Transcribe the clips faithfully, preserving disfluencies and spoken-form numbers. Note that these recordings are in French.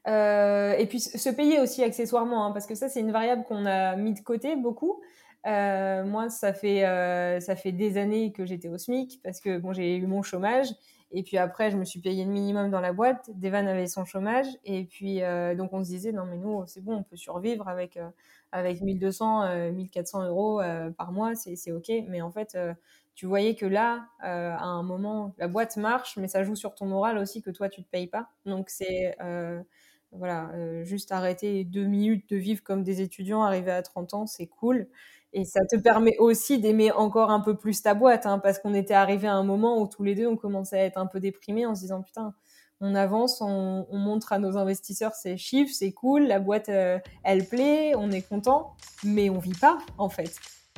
Euh, et puis se payer aussi accessoirement, hein, parce que ça, c'est une variable qu'on a mis de côté beaucoup. Euh, moi, ça fait euh, ça fait des années que j'étais au SMIC parce que bon, j'ai eu mon chômage et puis après, je me suis payé le minimum dans la boîte. Devan avait son chômage et puis euh, donc on se disait non mais nous c'est bon, on peut survivre avec euh, avec mille deux cents, euh, mille quatre cents euros euh, par mois, c'est c'est ok. Mais en fait, euh, tu voyais que là, euh, à un moment, la boîte marche, mais ça joue sur ton moral aussi que toi tu te payes pas. Donc c'est euh, voilà, euh, juste arrêter deux minutes de vivre comme des étudiants arrivés à trente ans, c'est cool. Et ça te permet aussi d'aimer encore un peu plus ta boîte, hein, parce qu'on était arrivés à un moment où tous les deux, on commençait à être un peu déprimés en se disant, putain, on avance, on, on montre à nos investisseurs ces chiffres, c'est cool, la boîte, euh, elle plaît, on est content, mais on vit pas, en fait.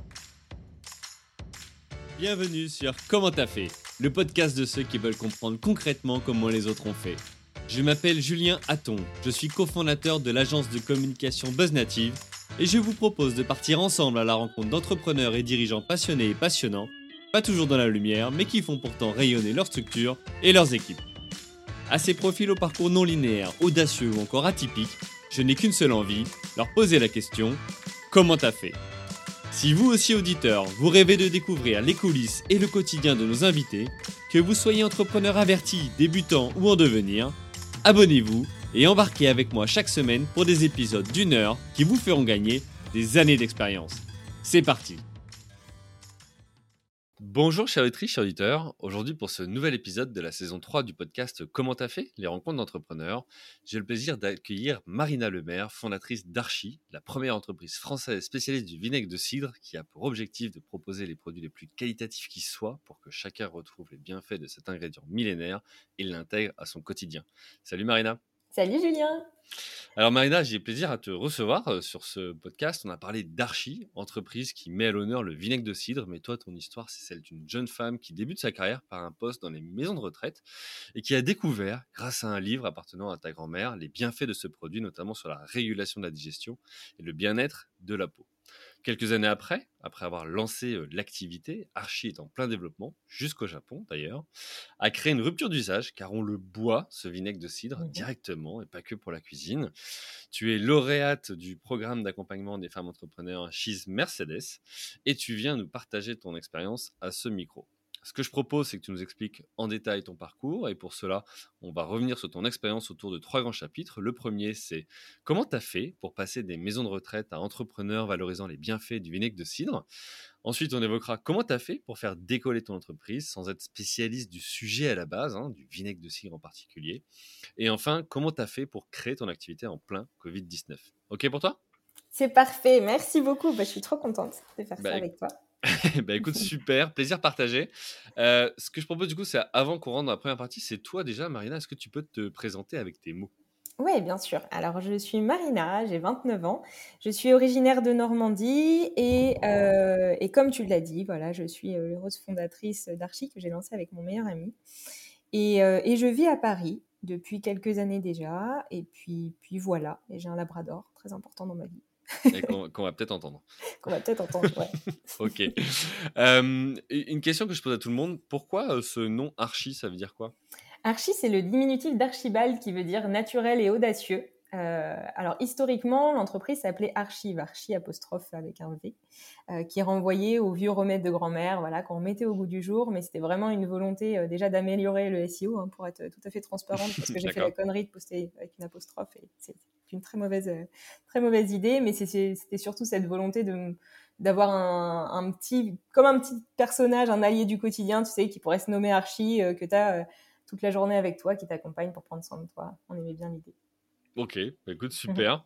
Bienvenue sur Comment t'as fait, le podcast de ceux qui veulent comprendre concrètement comment les autres ont fait. Je m'appelle Julien Hatton, je suis cofondateur de l'agence de communication BuzzNative et je vous propose de partir ensemble à la rencontre d'entrepreneurs et dirigeants passionnés et passionnants, pas toujours dans la lumière, mais qui font pourtant rayonner leur structure et leurs équipes. À ces profils au parcours non linéaire, audacieux ou encore atypiques, je n'ai qu'une seule envie, leur poser la question « Comment t'as fait ?» Si vous aussi auditeur, vous rêvez de découvrir les coulisses et le quotidien de nos invités, que vous soyez entrepreneur averti, débutant ou en devenir, abonnez-vous et embarquez avec moi chaque semaine pour des épisodes d'une heure qui vous feront gagner des années d'expérience. C'est parti! Bonjour chers auditrices, chers auditeurs. Aujourd'hui pour ce nouvel épisode de la saison trois du podcast Comment t'as fait, les rencontres d'entrepreneurs, j'ai le plaisir d'accueillir Marina Lemaire, fondatrice d'Archi, la première entreprise française spécialiste du vinaigre de cidre qui a pour objectif de proposer les produits les plus qualitatifs qui soient pour que chacun retrouve les bienfaits de cet ingrédient millénaire et l'intègre à son quotidien. Salut Marina. Salut Julien. Alors Marina, j'ai plaisir à te recevoir sur ce podcast. On a parlé d'Archi, entreprise qui met à l'honneur le vinaigre de cidre, mais toi, ton histoire, c'est celle d'une jeune femme qui débute sa carrière par un poste dans les maisons de retraite et qui a découvert, grâce à un livre appartenant à ta grand-mère, les bienfaits de ce produit, notamment sur la régulation de la digestion et le bien-être de la peau. Quelques années après, après avoir lancé euh, l'activité, Archi est en plein développement, jusqu'au Japon d'ailleurs, a créé une rupture d'usage car on le boit, ce vinaigre de cidre, Mmh. directement et pas que pour la cuisine. Tu es lauréate du programme d'accompagnement des femmes entrepreneurs She's Mercedes et tu viens nous partager ton expérience à ce micro. Ce que je propose, c'est que tu nous expliques en détail ton parcours et pour cela, on va revenir sur ton expérience autour de trois grands chapitres. Le premier, c'est comment tu as fait pour passer des maisons de retraite à entrepreneurs valorisant les bienfaits du vinaigre de cidre. Ensuite, on évoquera comment tu as fait pour faire décoller ton entreprise sans être spécialiste du sujet à la base, hein, du vinaigre de cidre en particulier. Et enfin, comment tu as fait pour créer ton activité en plein covid dix-neuf. Ok pour toi ? C'est parfait, merci beaucoup. Bah, je suis trop contente de faire bah, ça avec toi. bah écoute, super, plaisir partagé. Euh, ce que je propose du coup, c'est avant qu'on rentre dans la première partie, c'est toi déjà, Marina, est-ce que tu peux te présenter avec tes mots ? Oui, bien sûr. Alors, je suis Marina, j'ai vingt-neuf ans. Je suis originaire de Normandie et, euh, et comme tu l'as dit, voilà, je suis euh, l'heureuse fondatrice d'Archi que j'ai lancée avec mon meilleur ami. Et, euh, et je vis à Paris depuis quelques années déjà. Et puis, puis voilà, et j'ai un labrador très important dans ma vie. Et qu'on, qu'on va peut-être entendre. Qu'on va peut-être entendre, ouais. Ok. Euh, une question que je pose à tout le monde, pourquoi euh, ce nom Archi, ça veut dire quoi ? Archi, c'est le diminutif d'Archibald qui veut dire naturel et audacieux. Euh, alors historiquement, l'entreprise s'appelait Archive, Archi apostrophe avec un V, euh, qui renvoyait aux vieux remèdes de grand-mère, voilà, qu'on mettait au goût du jour, mais c'était vraiment une volonté euh, déjà d'améliorer le S E O, hein, pour être tout à fait transparente, parce que j'ai fait la connerie de poster avec une apostrophe, et c'est une très mauvaise, euh, très mauvaise idée, mais c'est, c'est, c'était surtout cette volonté de d'avoir un, un petit, comme un petit personnage, un allié du quotidien, tu sais, qui pourrait se nommer Archi, euh, que tu as euh, toute la journée avec toi, qui t'accompagne pour prendre soin de toi. On aimait bien l'idée. Ok, bah écoute, super.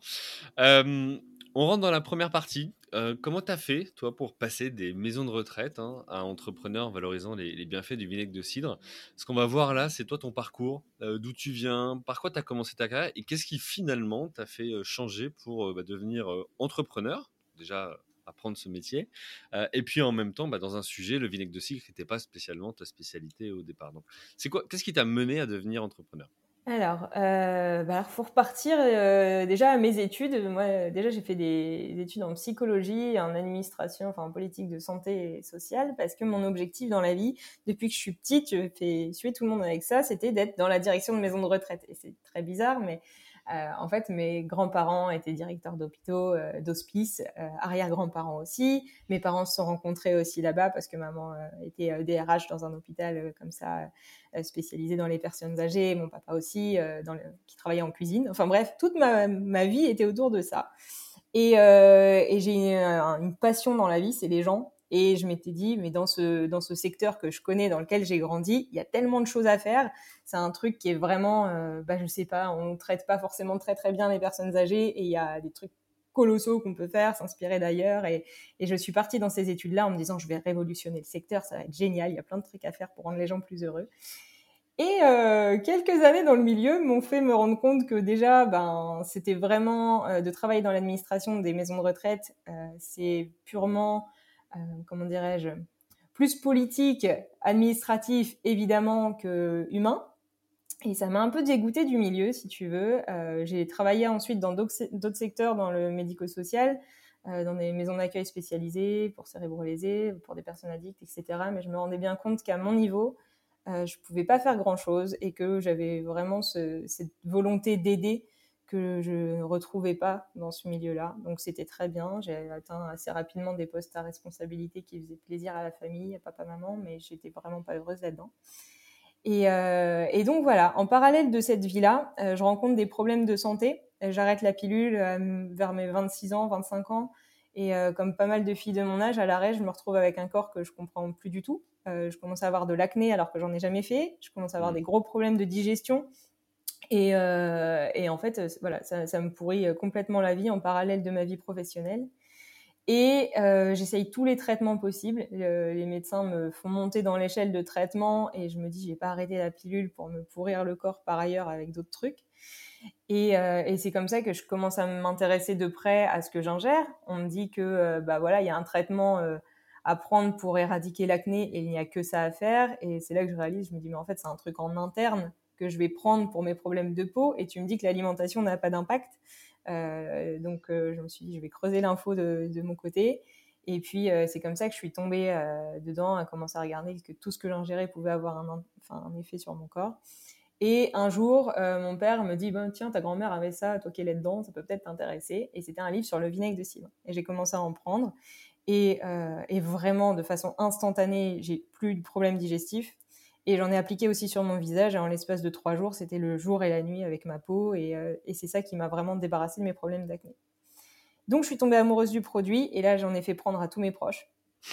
euh, on rentre dans la première partie. Euh, comment tu as fait, toi, pour passer des maisons de retraite hein, à entrepreneurs valorisant les, les bienfaits du vinaigre de cidre ? Ce qu'on va voir là, c'est toi, ton parcours, euh, d'où tu viens, par quoi tu as commencé ta carrière et qu'est-ce qui finalement t'a fait euh, changer pour euh, bah, devenir euh, entrepreneur, déjà apprendre ce métier, euh, et puis en même temps, bah, dans un sujet, le vinaigre de cidre n'était pas spécialement ta spécialité au départ. Donc, c'est quoi, qu'est-ce qui t'a mené à devenir entrepreneur ? Alors, euh, bah, faut repartir euh, déjà à mes études. Moi, déjà, j'ai fait des études en psychologie, en administration, enfin en politique de santé et sociale, parce que mon objectif dans la vie, depuis que je suis petite, je fais suivre tout le monde avec ça, c'était d'être dans la direction de maison de retraite. Et c'est très bizarre, mais Euh, en fait, mes grands-parents étaient directeurs d'hôpitaux, euh, d'hospices, euh, arrière-grands-parents aussi. Mes parents se sont rencontrés aussi là-bas parce que maman euh, était euh, D R H dans un hôpital euh, comme ça, euh, spécialisé dans les personnes âgées. Mon papa aussi, euh, dans le, qui travaillait en cuisine. Enfin bref, toute ma, ma vie était autour de ça. Et, euh, et j'ai une, une passion dans la vie, c'est les gens. Et je m'étais dit, mais dans ce, dans ce secteur que je connais, dans lequel j'ai grandi, il y a tellement de choses à faire. C'est un truc qui est vraiment, euh, bah, je sais pas, on ne traite pas forcément très très bien les personnes âgées et il y a des trucs colossaux qu'on peut faire, s'inspirer d'ailleurs. Et, et je suis partie dans ces études-là en me disant, je vais révolutionner le secteur, ça va être génial, il y a plein de trucs à faire pour rendre les gens plus heureux. Et euh, quelques années dans le milieu m'ont fait me rendre compte que déjà, ben, c'était vraiment euh, de travailler dans l'administration des maisons de retraite, euh, c'est purement, euh, comment dirais-je, plus politique, administratif évidemment que humain. Et ça m'a un peu dégoûtée du milieu, si tu veux. Euh, j'ai travaillé ensuite dans d'autres secteurs, dans le médico-social, euh, dans des maisons d'accueil spécialisées pour cérébrolésés, pour des personnes addictes, et cetera. Mais je me rendais bien compte qu'à mon niveau, euh, je pouvais pas faire grand-chose et que j'avais vraiment ce, cette volonté d'aider que je ne retrouvais pas dans ce milieu-là. Donc c'était très bien. J'ai atteint assez rapidement des postes à responsabilité qui faisaient plaisir à la famille, à papa-maman, mais j'étais vraiment pas heureuse là-dedans. Et, euh, et donc voilà, en parallèle de cette vie-là, euh, je rencontre des problèmes de santé. J'arrête la pilule euh, vers mes vingt-six ans, vingt-cinq ans. Et euh, comme pas mal de filles de mon âge, à l'arrêt, je me retrouve avec un corps que je comprends plus du tout. Euh, je commence à avoir de l'acné alors que j'en ai jamais fait. Je commence à avoir mmh. des gros problèmes de digestion. Et, euh, et en fait, voilà, ça, ça me pourrit complètement la vie en parallèle de ma vie professionnelle. Et euh, j'essaye tous les traitements possibles. Le, les médecins me font monter dans l'échelle de traitement et je me dis, je vais pas arrêter la pilule pour me pourrir le corps par ailleurs avec d'autres trucs. Et, euh, et c'est comme ça que je commence à m'intéresser de près à ce que j'ingère. On me dit que euh, bah voilà, il y a un traitement euh, à prendre pour éradiquer l'acné et il n'y a que ça à faire. Et c'est là que je réalise, je me dis, mais en fait, c'est un truc en interne que je vais prendre pour mes problèmes de peau. Et tu me dis que l'alimentation n'a pas d'impact. Euh, donc, euh, je me suis dit, je vais creuser l'info de, de mon côté. Et puis, euh, c'est comme ça que je suis tombée euh, dedans, à commencer à regarder que tout ce que j'ingérais pouvait avoir un, enfin, un effet sur mon corps. Et un jour, euh, mon père me dit, ben, tiens, ta grand-mère avait ça, toi qui es là-dedans, ça peut peut-être t'intéresser. Et c'était un livre sur le vinaigre de cidre. Et j'ai commencé à en prendre. Et, euh, et vraiment, de façon instantanée, j'ai plus de problèmes digestifs. Et j'en ai appliqué aussi sur mon visage. Et en l'espace de trois jours, c'était le jour et la nuit avec ma peau. Et, euh, et c'est ça qui m'a vraiment débarrassée de mes problèmes d'acné. Donc, je suis tombée amoureuse du produit. Et là, j'en ai fait prendre à tous mes proches.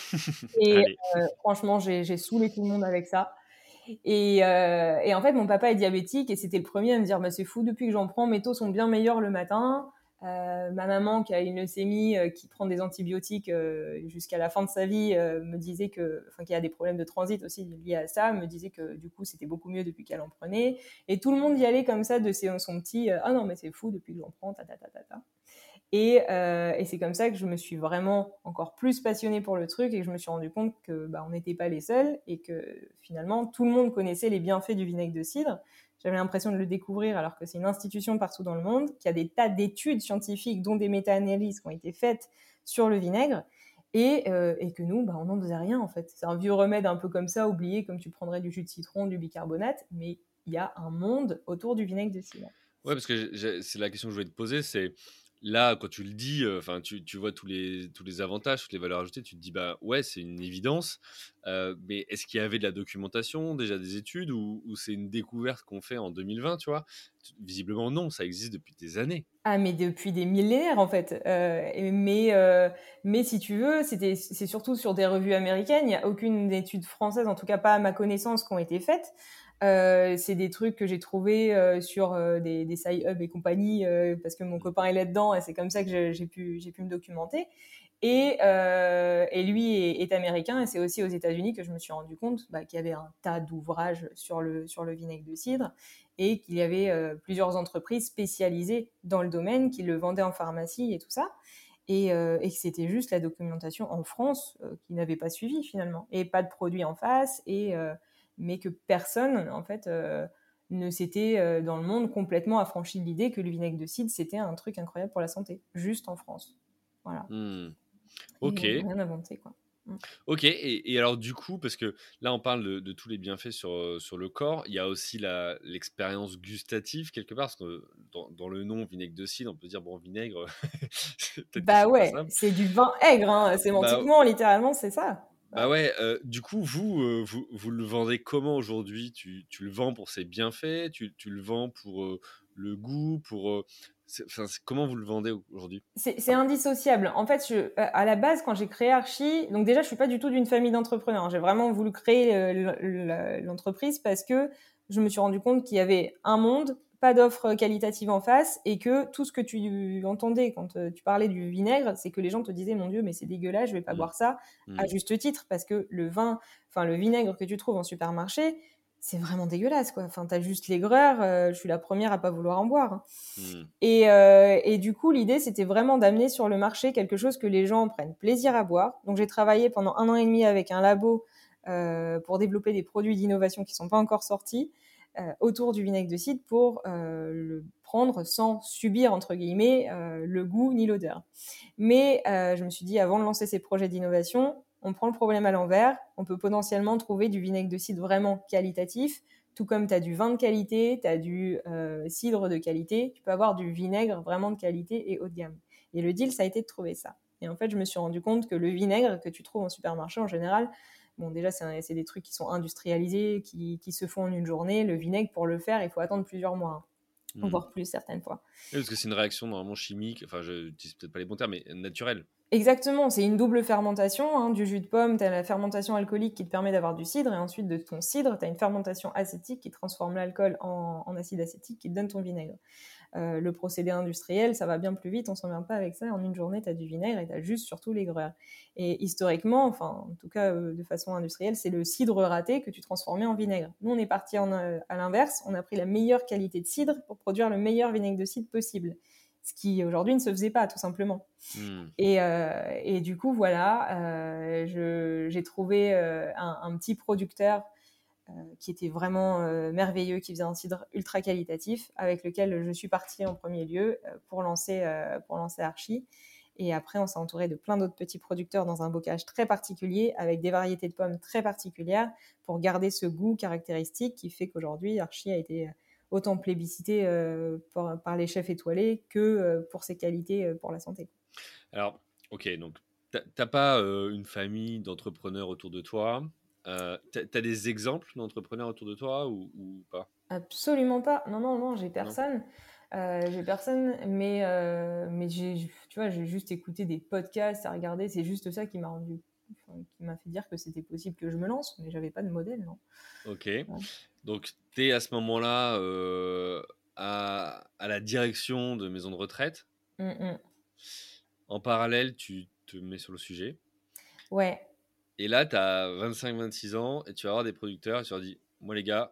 Et euh, franchement, j'ai, j'ai saoulé tout le monde avec ça. Et, euh, et en fait, mon papa est diabétique et c'était le premier à me dire bah, c'est fou, depuis que j'en prends, mes taux sont bien meilleurs le matin. Euh, ma maman qui a une leucémie, euh, qui prend des antibiotiques euh, jusqu'à la fin de sa vie, euh, me disait que, enfin, qui a des problèmes de transit aussi liés à ça, me disait que du coup c'était beaucoup mieux depuis qu'elle en prenait. Et tout le monde y allait comme ça de ses, son petit euh, ah non mais c'est fou depuis que j'en prends, ta ta ta ta ta. Et, euh, et c'est comme ça que je me suis vraiment encore plus passionnée pour le truc et que je me suis rendu compte que bah, on n'était pas les seuls et que finalement tout le monde connaissait les bienfaits du vinaigre de cidre. J'avais l'impression de le découvrir alors que c'est une institution partout dans le monde, qu'il y a des tas d'études scientifiques, dont des méta-analyses qui ont été faites sur le vinaigre et, euh, et que nous, bah, on n'en faisait rien en fait. C'est un vieux remède un peu comme ça, oublié, comme tu prendrais du jus de citron, du bicarbonate, mais il y a un monde autour du vinaigre de cidre. Ouais, parce que j'ai, j'ai, c'est la question que je voulais te poser, c'est là, quand tu le dis, enfin, euh, tu, tu vois tous les, tous les avantages, toutes les valeurs ajoutées, tu te dis, bah ouais, c'est une évidence. Euh, mais est-ce qu'il y avait de la documentation, déjà des études, ou, ou c'est une découverte qu'on fait en deux mille vingt, tu vois? Visiblement, non, ça existe depuis des années. Ah, mais depuis des millénaires, en fait. Euh, mais, euh, mais si tu veux, c'était, c'est surtout sur des revues américaines. Il n'y a aucune étude française, en tout cas pas à ma connaissance, qui ont été faites. Euh, c'est des trucs que j'ai trouvés euh, sur euh, des, des Sci-Hub et compagnie, euh, parce que mon copain est là-dedans, et c'est comme ça que je, j'ai pu, j'ai pu me documenter. Et, euh, et lui est, est américain, et c'est aussi aux États-Unis que je me suis rendu compte bah, qu'il y avait un tas d'ouvrages sur le, sur le vinaigre de cidre, et qu'il y avait euh, plusieurs entreprises spécialisées dans le domaine qui le vendaient en pharmacie et tout ça. Et, euh, et que c'était juste la documentation en France euh, qui n'avait pas suivi finalement, et pas de produit en face, et, euh, mais que personne en fait euh, ne s'était euh, dans le monde complètement affranchi de l'idée que le vinaigre de cidre c'était un truc incroyable pour la santé, juste en France. Voilà. Hmm. Ok. Et on n'a rien inventé, quoi. Ok, et, et alors du coup, parce que là on parle de, de tous les bienfaits sur, euh, sur le corps, il y a aussi la, l'expérience gustative quelque part, parce que dans, dans le nom vinaigre de cidre, on peut dire bon vinaigre, peut-être que Bah c'est pas ouais, simple. c'est du vin aigre, hein, Bah, sémantiquement, littéralement, c'est ça. bah ouais, euh, du coup vous, euh, vous, vous le vendez comment aujourd'hui? tu, tu le vends pour ses bienfaits, tu, tu le vends pour euh, le goût, pour... euh, c'est- enfin, c'est- comment vous le vendez aujourd'hui? C'est, c'est indissociable. En fait, je, à la base, quand j'ai créé Archie, donc déjà, je suis pas du tout d'une famille d'entrepreneurs. J'ai vraiment voulu créer euh, l'entreprise parce que je me suis rendu compte qu'il y avait un monde, pas d'offre qualitative en face, et que tout ce que tu entendais quand euh, tu parlais du vinaigre, c'est que les gens te disaient, mon Dieu, mais c'est dégueulasse, je vais pas Hmm, boire ça, à hmm, juste titre, parce que le vin, enfin le vinaigre que tu trouves en supermarché, c'est vraiment dégueulasse, quoi. Enfin, t'as juste l'aigreur. Euh, je suis la première à pas vouloir en boire, hein. hmm, Et, euh, et du coup, l'idée, c'était vraiment d'amener sur le marché quelque chose que les gens prennent plaisir à boire. Donc, j'ai travaillé pendant un an et demi avec un labo euh, pour développer des produits d'innovation qui ne sont pas encore sortis euh, autour du vinaigre de cidre pour euh, le prendre sans subir, entre guillemets, euh, le goût ni l'odeur. Mais euh, je me suis dit, avant de lancer ces projets d'innovation, on prend le problème à l'envers. On peut potentiellement trouver du vinaigre de cidre vraiment qualitatif, tout comme tu as du vin de qualité, tu as du euh, cidre de qualité, tu peux avoir du vinaigre vraiment de qualité et haut de gamme. Et le deal, ça a été de trouver ça. Et en fait, je me suis rendu compte que le vinaigre que tu trouves en supermarché en général, bon, déjà, c'est, un, c'est des trucs qui sont industrialisés, qui, qui se font en une journée. Le vinaigre, pour le faire, il faut attendre plusieurs mois, hein, hmm. voire plus certaines fois. Oui, parce que c'est une réaction normalement chimique, enfin je n'utilise peut-être pas les bons termes, mais naturelle. Exactement, c'est une double fermentation, hein. Du jus de pomme, tu as la fermentation alcoolique qui te permet d'avoir du cidre, et ensuite de ton cidre, tu as une fermentation acétique qui transforme l'alcool en, en acide acétique qui te donne ton vinaigre. Euh, le procédé industriel, ça va bien plus vite, on s'emmerde pas avec ça. En une journée, tu as du vinaigre et tu as juste surtout l'aigreur. Et historiquement, enfin, en tout cas euh, de façon industrielle, c'est le cidre raté que tu transformais en vinaigre. Nous, on est parti en, euh, à l'inverse, on a pris la meilleure qualité de cidre pour produire le meilleur vinaigre de cidre possible. Ce qui aujourd'hui ne se faisait pas, tout simplement. Hmm. Et, euh, et du coup, voilà, euh, je, j'ai trouvé euh, un, un petit producteur euh, qui était vraiment euh, merveilleux, qui faisait un cidre ultra qualitatif, avec lequel je suis partie en premier lieu euh, pour lancer, euh, pour lancer Archie. Et après, on s'est entouré de plein d'autres petits producteurs dans un bocage très particulier, avec des variétés de pommes très particulières, pour garder ce goût caractéristique qui fait qu'aujourd'hui, Archie a été autant plébiscité euh, par, par les chefs étoilés que euh, pour ses qualités euh, pour la santé. Alors, ok, donc t'as t'as pas euh, une famille d'entrepreneurs autour de toi. Euh, t'as, t'as des exemples d'entrepreneurs autour de toi ou, ou pas? Absolument pas. Non, non, non, j'ai Non? personne. Euh, j'ai personne, mais, euh, mais j'ai, tu vois, j'ai juste écouté des podcasts à regarder. C'est juste ça qui m'a rendu, enfin, qui m'a fait dire que c'était possible que je me lance, mais j'avais pas de modèle, non. Ok. Ouais. Donc, tu es à ce moment-là euh, à, à la direction de maison de retraite. Mm, mm. En parallèle, tu te mets sur le sujet. Ouais. Et là, tu as vingt-cinq vingt-six ans et tu vas avoir des producteurs et tu leur dis, moi les gars,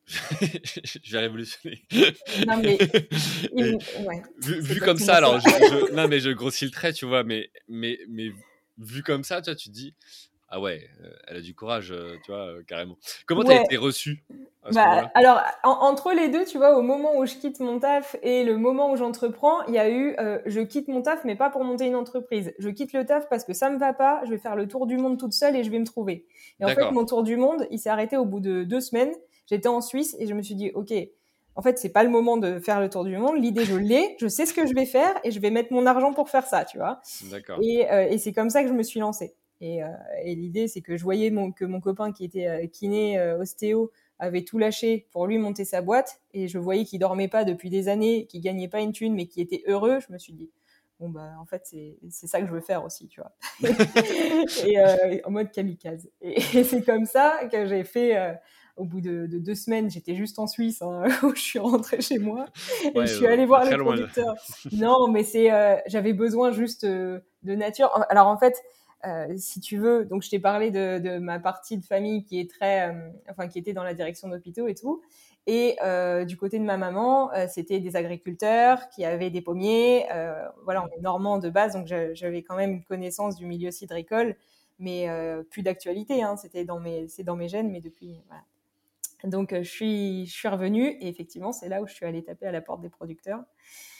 je vais révolutionner. Non, mais Et il- ouais, vu, c'est vu comme exactement ça, ça. alors, je, je- non, mais je grossis le trait, tu vois, mais, mais, mais vu comme ça, tu vois, tu te dis, ah ouais, euh, elle a du courage, euh, tu vois, euh, carrément. Comment tu as Ouais. été reçu à ce Bah, moment-là? alors, en- entre les deux, tu vois, au moment où je quitte mon taf et le moment où j'entreprends, il y a eu, euh, je quitte mon taf, mais pas pour monter une entreprise. Je quitte le taf parce que ça me va pas, je vais faire le tour du monde toute seule et je vais me trouver. Et en fait, D'accord. mon tour du monde, il s'est arrêté au bout de deux semaines. J'étais en Suisse et je me suis dit, OK, en fait, c'est pas le moment de faire le tour du monde. L'idée, je l'ai, je sais ce que je vais faire et je vais mettre mon argent pour faire ça, tu vois. D'accord. Et, euh, et c'est comme ça que je me suis lancée. Et, euh, et l'idée, c'est que je voyais mon, que mon copain qui était euh, kiné, euh, ostéo, avait tout lâché pour lui monter sa boîte, et je voyais qu'il dormait pas depuis des années, qu'il gagnait pas une thune, mais qu'il était heureux. Je me suis dit, bon bah en fait c'est c'est ça que je veux faire aussi, tu vois. Et euh, en mode kamikaze. Et, et c'est comme ça que j'ai fait. Euh, au bout de, de deux semaines, j'étais juste en Suisse, hein, où je suis rentrée chez moi et Ouais, je suis euh, allée pas voir les très loin. producteurs. Non, mais c'est, euh, j'avais besoin juste euh, de nature. Alors en fait, euh, si tu veux, donc je t'ai parlé de, de ma partie de famille qui est très, euh, enfin qui était dans la direction d'hôpitaux et tout. Et euh, du côté de ma maman, euh, c'était des agriculteurs qui avaient des pommiers. Euh, voilà, on est normand de base, donc j'avais quand même une connaissance du milieu cidricole, mais euh, plus d'actualité. Hein, c'était dans mes, c'est dans mes gènes, mais depuis. Voilà. Donc, euh, je suis, je suis revenue et effectivement, c'est là où je suis allée taper à la porte des producteurs.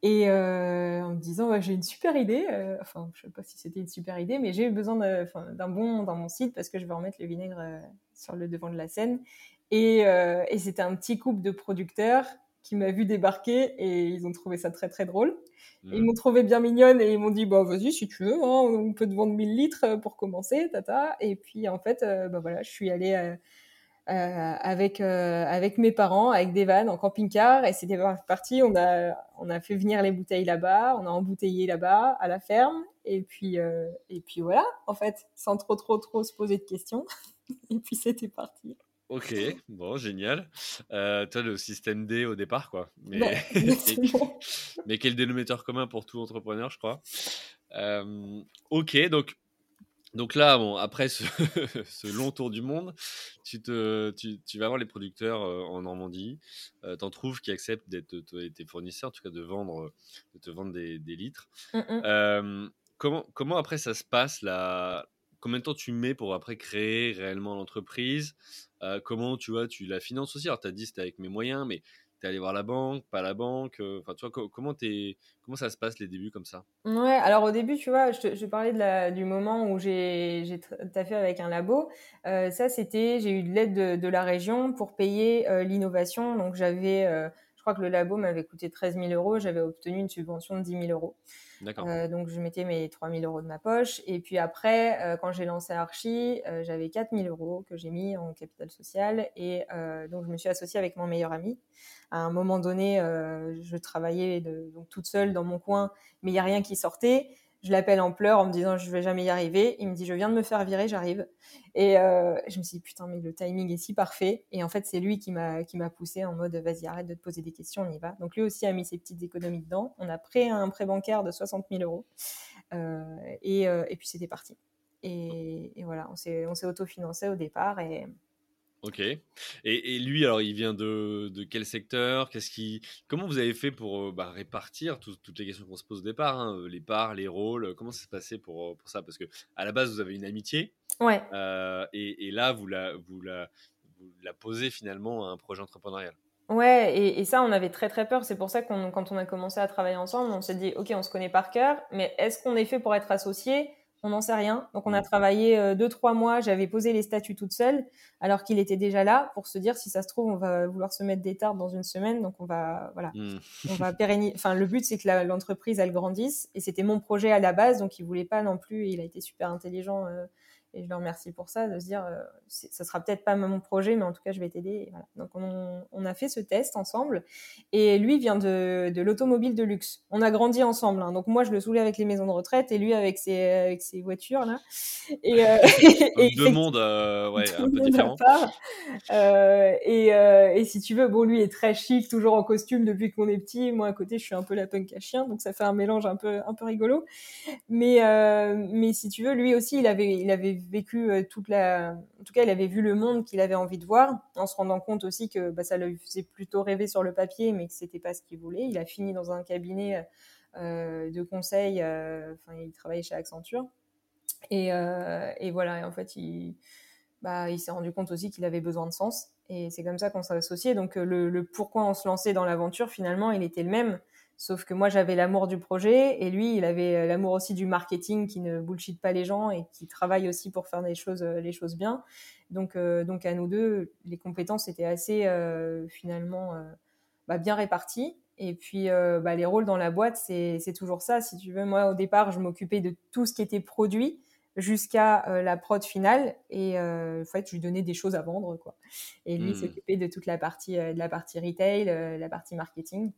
et euh, en me disant ouais, j'ai une super idée. Euh, enfin, je sais pas si c'était une super idée, mais j'ai eu besoin de, enfin, d'un bon dans mon site parce que je veux remettre le vinaigre euh, sur le devant de la scène. Et, euh, et c'était un petit couple de producteurs qui m'a vu débarquer et ils ont trouvé ça très très drôle. Ils Mhm. m'ont trouvé bien mignonne et ils m'ont dit bah vas-y si tu veux, hein, on peut te vendre mille litres pour commencer, tata. Et puis en fait, euh, bah voilà, je suis allée euh, euh, avec euh, avec mes parents, avec des vannes en camping-car et c'était parti. On a on a fait venir les bouteilles là-bas, on a embouteillé là-bas à la ferme et puis euh, et puis voilà en fait, sans trop trop trop se poser de questions. Et puis c'était parti. Ok, bon, génial. Euh, toi, le système D au départ, quoi. Mais, Ouais, mais, exactement. mais quel dénominateur commun pour tout entrepreneur, je crois. Euh, ok, donc, donc là, bon, après ce, ce long tour du monde, tu, te, tu, tu vas voir les producteurs euh, en Normandie. Euh, T'en trouves qui acceptent d'être t- tes fournisseurs, en tout cas de, vendre, de te vendre des, des litres. Mm-mm. Euh, comment, comment après ça se passe là? Combien de temps tu mets pour après créer réellement l'entreprise? Euh, comment tu vois, tu la finances aussi? Alors tu as dit c'était avec mes moyens, mais tu es allé voir la banque, pas la banque. euh, Enfin, tu vois, co- comment, t'es, comment ça se passe les débuts comme ça? Ouais, alors au début, tu vois, je te, je parlais de la, du moment où j'ai, j'ai tra- taffé avec un labo. Euh, ça, c'était, j'ai eu de l'aide de, de la région pour payer euh, l'innovation. Donc j'avais, euh, je crois que le labo m'avait coûté treize mille euros. J'avais obtenu une subvention de dix mille euros. D'accord. Euh, donc je mettais mes trois mille euros de ma poche. Et puis après, euh, quand j'ai lancé Archie, euh, j'avais quatre mille euros que j'ai mis en capital social. Et euh, donc je me suis associée avec mon meilleur ami. À un moment donné, euh, je travaillais de, donc toute seule dans mon coin, mais il n'y a rien qui sortait. Je l'appelle en pleurs en me disant je vais jamais y arriver. Il me dit je viens de me faire virer, j'arrive. Et euh, je me suis dit putain mais le timing est si parfait. Et en fait c'est lui qui m'a qui m'a poussé en mode vas-y arrête de te poser des questions, on y va. Donc lui aussi a mis ses petites économies dedans. On a pris un prêt bancaire de soixante mille euros euh, et, euh, et puis c'était parti. Et, et voilà, on s'est on s'est autofinancé au départ et Ok. Et, et lui, alors, il vient de, de quel secteur? Qu'est-ce qui, comment vous avez fait pour euh, bah, répartir tout- toutes les questions qu'on se pose au départ, hein, euh, les parts, les rôles, euh, comment ça s'est passé pour, euh, pour ça? Parce que à la base, vous avez une amitié, ouais. euh, et, et là, vous la, vous, la, vous la posez finalement à un projet entrepreneurial. Ouais, et, et ça, on avait très très peur. C'est pour ça qu'on, quand on a commencé à travailler ensemble, on s'est dit, ok, on se connaît par cœur, mais est-ce qu'on est fait pour être associés? On n'en sait rien. Donc on a Hmm. travaillé euh, deux trois mois. J'avais posé les statuts toute seule, alors qu'il était déjà là pour se dire si ça se trouve, on va vouloir se mettre des tartes dans une semaine. Donc on va, voilà, Hmm. on va pérenniser. Enfin, le but c'est que la- l'entreprise elle grandisse, et c'était mon projet à la base, donc il voulait pas non plus. Et il a été super intelligent. Euh, et je le remercie pour ça, de se dire, euh, c'est- ça sera peut-être pas mon projet, mais en tout cas, je vais t'aider. Et voilà. Donc, on, on a fait ce test ensemble. Et lui vient de, de l'automobile de luxe. On a grandi ensemble, hein. Donc, moi, je le saoulais avec les maisons de retraite et lui avec ses, avec ses voitures, là. Et, euh, et Donc deux effectivement, mondes, euh, ouais, tout un le peu monde à différents. part. Euh, et, euh, et si tu veux, bon, lui est très chic, toujours en costume depuis qu'on est petit. Moi, à côté, je suis un peu la punk à chien, donc ça fait un mélange un peu, un peu rigolo. Mais, euh, mais si tu veux, lui aussi, il avait, il avait vécu euh, toute la. En tout cas, il avait vu le monde qu'il avait envie de voir, en se rendant compte aussi que bah, ça lui faisait plutôt rêver sur le papier, mais que c'était pas ce qu'il voulait. Il a fini dans un cabinet euh, de conseil. euh, Enfin, il travaillait chez Accenture. Et, euh, et voilà. Et en fait, il, bah, il s'est rendu compte aussi qu'il avait besoin de sens. Et c'est comme ça qu'on s'est associés. Donc, euh, le, le pourquoi on se lançait dans l'aventure, finalement, il était le même. Sauf que moi, j'avais l'amour du projet et lui, il avait euh, l'amour aussi du marketing qui ne bullshit pas les gens et qui travaille aussi pour faire les choses, euh, les choses bien. Donc, euh, donc, à nous deux, les compétences étaient assez, euh, finalement, euh, bah, bien réparties. Et puis, euh, bah, les rôles dans la boîte, c'est, c'est toujours ça. Si tu veux, moi, au départ, je m'occupais de tout ce qui était produit jusqu'à euh, la prod finale et euh, en fait je lui donnais des choses à vendre quoi et lui il Hmm. s'occupait de toute la partie euh, de la partie retail euh, la partie marketing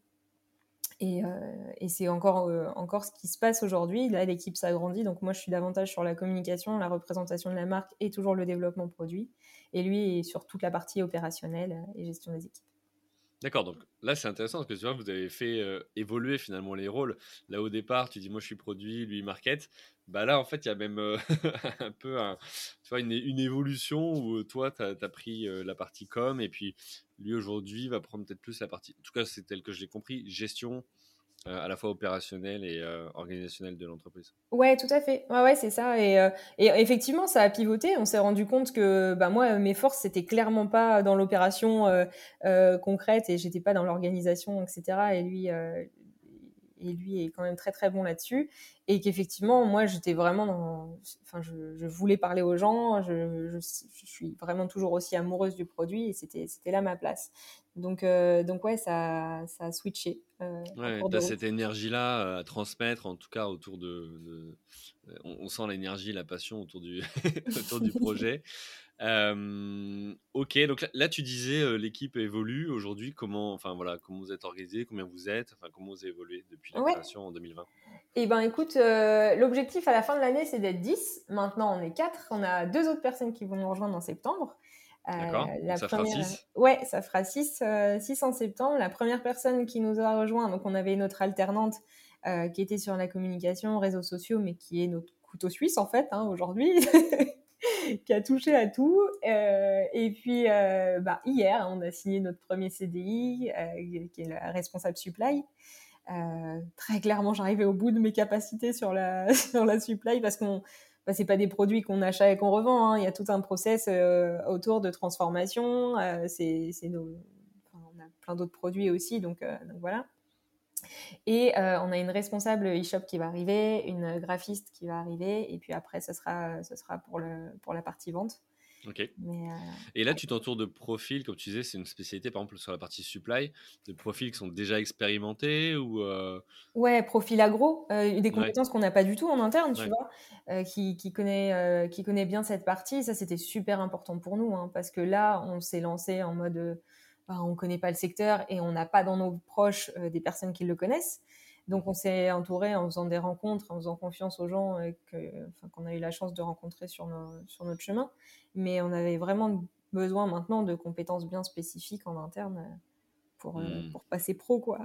et, euh, et c'est encore euh, encore ce qui se passe aujourd'hui. Là l'équipe s'agrandit, donc moi je suis davantage sur la communication, la représentation de la marque et toujours le développement produit, et lui est sur toute la partie opérationnelle euh, et gestion des équipes. D'accord, donc là c'est intéressant parce que tu vois, vous avez fait euh, évoluer finalement les rôles. Là au départ, tu dis moi je suis produit, lui market. Bah là en fait, il y a même euh, un peu un, tu vois, une, une évolution où euh, toi tu as pris euh, la partie com et puis lui aujourd'hui va prendre peut-être plus la partie, en tout cas c'est tel que je l'ai compris, gestion euh, à la fois opérationnelle et euh, organisationnelle de l'entreprise. Ouais, tout à fait. Ouais, ouais, c'est ça. Et, euh, et effectivement, ça a pivoté. On s'est rendu compte que, bah, moi, mes forces, c'était clairement pas dans l'opération euh, euh, concrète et j'étais pas dans l'organisation, et cetera. Et lui, euh, et et lui est quand même très très bon là-dessus. Et qu'effectivement, moi, j'étais vraiment dans... Enfin, je, je voulais parler aux gens, je, je, je suis vraiment toujours aussi amoureuse du produit et c'était, c'était là ma place. Donc, euh, donc ouais, ça, ça a switché euh, en Ouais, cours tu de as route. cette énergie-là euh, à transmettre, en tout cas autour de. de- euh, on, on sent l'énergie, la passion autour du, autour du projet. Euh, ok, donc là, là, tu disais euh, l'équipe évolue aujourd'hui. Comment, enfin voilà, comment vous êtes organisé, combien vous êtes, enfin comment vous avez évolué depuis la Ouais. création en deux mille vingt. Eh ben, écoute, euh, l'objectif à la fin de l'année, c'est d'être dix. Maintenant, on est quatre. On a deux autres personnes qui vont nous rejoindre en septembre. Euh, D'accord, donc la ça fera première, six. ouais, ça fera six, euh, six en septembre. La première personne qui nous a rejoint, donc on avait notre alternante euh, qui était sur la communication, réseaux sociaux, mais qui est notre couteau suisse en fait hein, aujourd'hui, qui a touché à tout. Euh, et puis, euh, bah, hier, on a signé notre premier C D I, euh, qui est la responsable supply. Euh, très clairement, j'arrivais au bout de mes capacités sur la, sur la supply parce qu'on bah, c'est pas des produits qu'on achète et qu'on revend. Hein. Il y a tout un process euh, autour de transformation. Euh, c'est, c'est nos... enfin, on a plein d'autres produits aussi, donc, euh, donc voilà. Et euh, on a une responsable e-shop qui va arriver, une graphiste qui va arriver, et puis après, ce sera, ce sera pour, le, pour la partie vente. Ok. Mais, euh, Et là, ouais. tu t'entoures de profils, comme tu disais, c'est une spécialité, par exemple, sur la partie supply, de profils qui sont déjà expérimentés ou. euh, Ouais, profil agro, euh, des Ouais, compétences qu'on n'a pas du tout en interne, tu ouais, vois, euh, qui, qui connaît, euh, qui connaît bien cette partie. Ça, c'était super important pour nous, hein, parce que là, on s'est lancé en mode, euh, bah, on connaît pas le secteur et on n'a pas dans nos proches euh, des personnes qui le connaissent. Donc, on s'est entouré en faisant des rencontres, en faisant confiance aux gens euh, que, enfin, qu'on a eu la chance de rencontrer sur, nos, sur notre chemin. Mais on avait vraiment besoin maintenant de compétences bien spécifiques en interne euh, pour, euh, hmm. pour passer pro, quoi.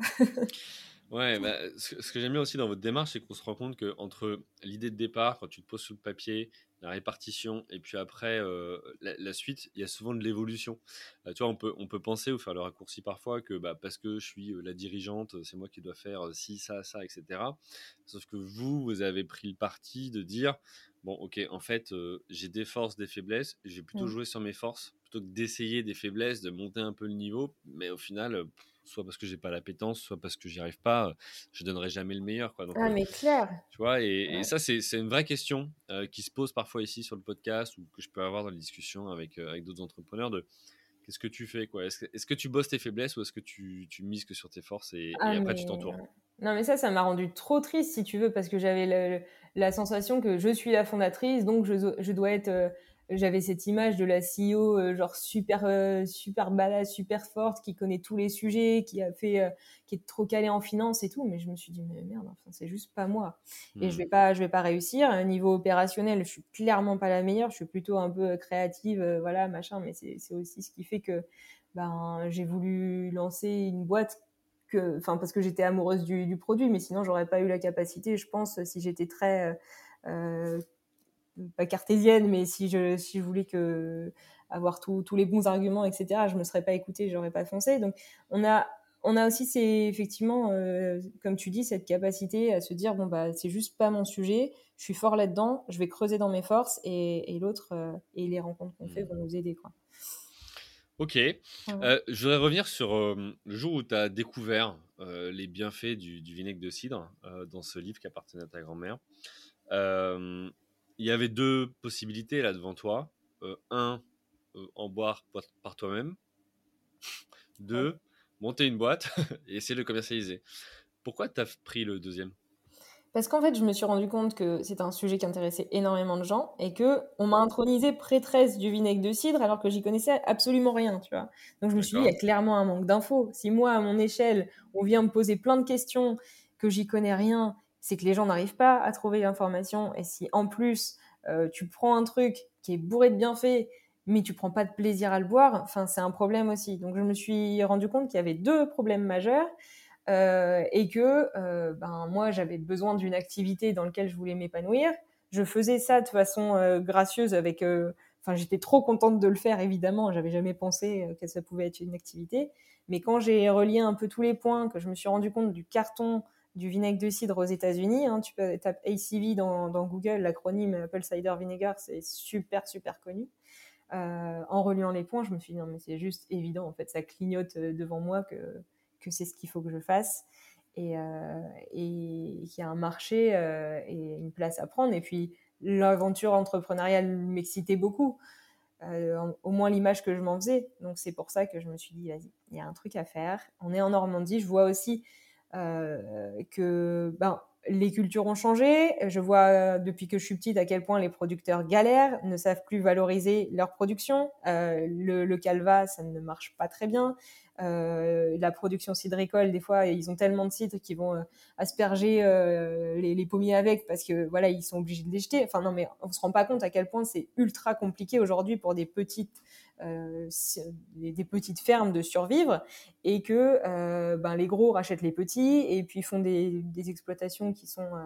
Ouais, bah, ce, ce que j'aime bien aussi dans votre démarche, c'est qu'on se rend compte que entre l'idée de départ, quand tu te poses sur le papier, la répartition, et puis après euh, la, la suite, il y a souvent de l'évolution. Euh, tu vois, on peut, on peut penser ou faire le raccourci parfois que bah, parce que je suis euh, la dirigeante, c'est moi qui dois faire euh, ci, ça, ça, et cetera. Sauf que vous, vous avez pris le parti de dire, bon, ok, en fait, euh, j'ai des forces, des faiblesses, je vais plutôt Mm. jouer sur mes forces, plutôt que d'essayer des faiblesses, de monter un peu le niveau, mais au final... euh, soit parce que j'ai pas l'appétence, soit parce que j'y arrive pas, euh, je donnerai jamais le meilleur, quoi. Donc, Ah, euh, mais clair. tu vois, et, et Ouais. ça, c'est, c'est une vraie question euh, qui se pose parfois ici sur le podcast ou que je peux avoir dans les discussions avec, euh, avec d'autres entrepreneurs de qu'est-ce que tu fais, quoi. Est-ce que, est-ce que tu bosses tes faiblesses ou est-ce que tu, tu mises que sur tes forces et, Ah, et après tu mais t'entoures. non, mais ça, ça m'a rendu trop triste, si tu veux, parce que j'avais le- le- la sensation que je suis la fondatrice, donc je, je dois être. euh, j'avais cette image de la C E O, euh, genre super, euh, super balade, super forte, qui connaît tous les sujets, qui a fait, euh, qui est trop calée en finance et tout. Mais je me suis dit, mais merde, enfin, c'est juste pas moi. Et je Hmm. vais pas, je vais pas réussir. Au niveau opérationnel, je suis clairement pas la meilleure. Je suis plutôt un peu créative, euh, voilà, machin. Mais c'est, c'est aussi ce qui fait que, ben, j'ai voulu lancer une boîte que, enfin, parce que j'étais amoureuse du, du produit, mais sinon j'aurais pas eu la capacité, je pense, si j'étais très euh, pas cartésienne, mais si je si je voulais que avoir tous tous les bons arguments, et cetera, je me serais pas écoutée, j'aurais pas foncé. Donc on a on a aussi c'est effectivement, euh, comme tu dis, cette capacité à se dire bon bah c'est juste pas mon sujet, je suis fort là-dedans, je vais creuser dans mes forces et, et l'autre euh, et les rencontres qu'on fait Hmm. vont nous aider quoi. Ok. Voilà. Euh, je voudrais revenir sur euh, le jour où tu as découvert euh, les bienfaits du, du vinaigre de cidre euh, dans ce livre qui appartenait à ta grand-mère. Euh, Il y avait deux possibilités là devant toi. Euh, un, euh, en boire par, par toi-même. Ouais. Deux, monter une boîte et essayer de le commercialiser. Pourquoi tu as pris le deuxième? Parce qu'en fait, je me suis rendu compte que c'était un sujet qui intéressait énormément de gens et que on m'a intronisé prêtresse du vinaigre de cidre alors que j'y connaissais absolument rien, tu vois. Donc je me suis dit, il y a D'accord. clairement un manque d'infos. Si moi, à mon échelle, on vient me poser plein de questions, que j'y connais rien, c'est que les gens n'arrivent pas à trouver l'information. Et si en plus, euh, tu prends un truc qui est bourré de bienfaits, mais tu prends pas de plaisir à le boire, enfin, c'est un problème aussi. Donc je me suis rendu compte qu'il y avait deux problèmes majeurs. Euh, et que euh, ben, moi, j'avais besoin d'une activité dans laquelle je voulais m'épanouir. Je faisais ça de façon euh, gracieuse avec... euh, Enfin, j'étais trop contente de le faire, évidemment. J'avais jamais pensé euh, que ça pouvait être une activité. Mais quand j'ai relié un peu tous les points, que je me suis rendu compte du carton du vinaigre de cidre aux États-Unis, hein, tu peux taper A C V dans, dans Google, l'acronyme Apple Cider Vinegar, c'est super, super connu. Euh, en reliant les points, je me suis dit, non, mais c'est juste évident, en fait, ça clignote euh, devant moi que, que c'est ce qu'il faut que je fasse. et, euh, et qu'il y a un marché euh, et une place à prendre. Et puis, l'aventure entrepreneuriale m'excitait beaucoup, euh, en, au moins l'image que je m'en faisais. Donc, c'est pour ça que je me suis dit, vas-y, il y a un truc à faire. On est en Normandie, je vois aussi euh, que ben, les cultures ont changé. Je vois euh, depuis que je suis petite à quel point les producteurs galèrent, ne savent plus valoriser leur production. Euh, le, le calva, ça ne marche pas très bien. Euh, la production cidricole, des fois, ils ont tellement de cidre qu'ils vont euh, asperger euh, les, les pommiers avec parce que voilà, ils sont obligés de les jeter. Enfin non, mais on se rend pas compte à quel point c'est ultra compliqué aujourd'hui pour des petites euh, des petites fermes de survivre, et que euh, ben, les gros rachètent les petits et puis font des, des exploitations qui sont euh,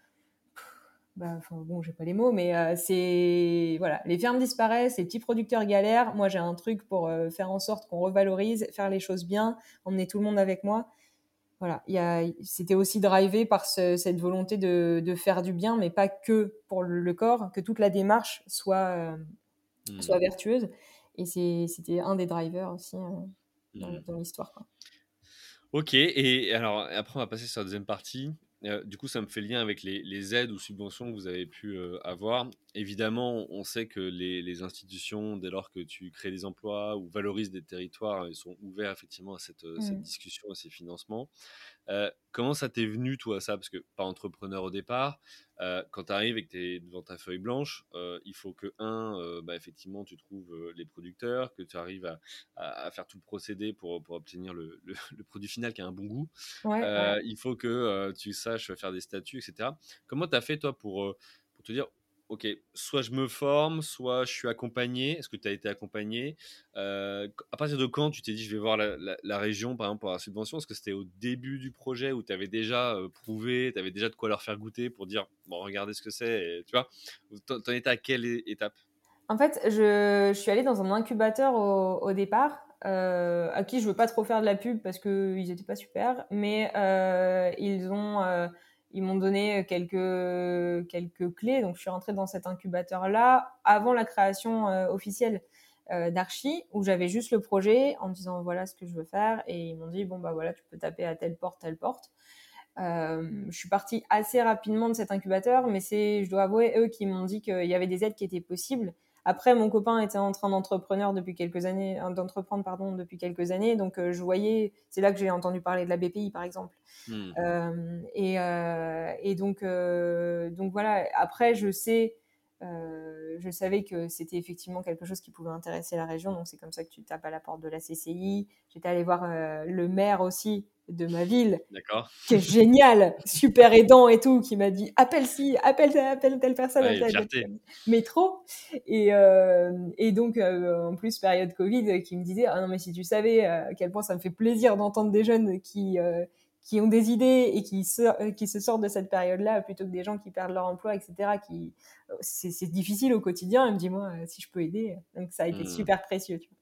bah, enfin, bon, j'ai pas les mots, mais euh, c'est voilà, les fermes disparaissent, les petits producteurs galèrent. Moi, j'ai un truc pour euh, faire en sorte qu'on revalorise, faire les choses bien, emmener tout le monde avec moi. Voilà, il y a, c'était aussi drivé par ce, cette volonté de, de faire du bien, mais pas que pour le, le corps, que toute la démarche soit euh, soit Mmh. vertueuse. Et c'est, c'était un des drivers aussi euh, dans, Mmh. dans l'histoire, quoi. Ok, et alors après on va passer sur la deuxième partie. Euh, du coup, ça me fait lien avec les, les aides ou subventions que vous avez pu euh, avoir. Évidemment, on sait que les, les institutions, dès lors que tu crées des emplois ou valorises des territoires, ils sont ouverts effectivement à cette, euh, cette Mm. discussion, à ces financements. Euh, comment ça t'est venu, toi, ça? Parce que pas entrepreneur au départ, euh, quand tu arrives et que tu es devant ta feuille blanche, euh, il faut que, un, euh, bah, effectivement, tu trouves euh, les producteurs, que tu arrives à, à, à faire tout le procédé pour, pour obtenir le, le, le produit final qui a un bon goût. Ouais, ouais. Euh, il faut que euh, tu saches faire des statuts, et cetera. Comment tu as fait, toi, pour, euh, pour te dire, OK, soit je me forme, soit je suis accompagné. Est-ce que tu as été accompagné? Euh, à partir de quand tu t'es dit, je vais voir la, la, la région, par exemple, pour la subvention? Est-ce que c'était au début du projet où tu avais déjà euh, prouvé, tu avais déjà de quoi leur faire goûter pour dire, bon, regardez ce que c'est, et, tu vois? T'en, t'en étais à quelle é- étape? En fait, je, je suis allée dans un incubateur au, au départ, euh, à qui je veux pas trop faire de la pub parce que ils étaient pas super, mais euh, ils ont, euh, ils m'ont donné quelques quelques clés. Donc, je suis rentrée dans cet incubateur-là avant la création euh, officielle euh, d'Archie, où j'avais juste le projet en me disant voilà ce que je veux faire, et ils m'ont dit bon bah voilà, tu peux taper à telle porte, telle porte. Euh, je suis partie assez rapidement de cet incubateur, mais c'est, je dois avouer, eux qui m'ont dit qu'il y avait des aides qui étaient possibles. Après, mon copain était en train d'entrepreneur depuis quelques années, d'entreprendre pardon depuis quelques années, donc euh, je voyais, c'est là que j'ai entendu parler de la B P I par exemple. Hmm. Euh, et, euh, et donc, euh, donc voilà. Après, je sais, euh, je savais que c'était effectivement quelque chose qui pouvait intéresser la région. Donc c'est comme ça que tu tapes à la porte de la C C I. J'étais allée voir euh, le maire aussi de ma ville, D'accord. qui est génial, super aidant et tout, qui m'a dit appelle ci, appelle, appelle telle personne, Ouais, appelle fierté. telle métro. Et, euh, et donc, euh, en plus, période Covid, qui me disait ah non, mais si tu savais euh, à quel point ça me fait plaisir d'entendre des jeunes qui, euh, qui ont des idées et qui se, qui se sortent de cette période-là plutôt que des gens qui perdent leur emploi, et cetera. Qui, c'est, c'est difficile au quotidien. Elle me dit moi, euh, si je peux aider. Donc, ça a été Hmm. super précieux. Tu vois.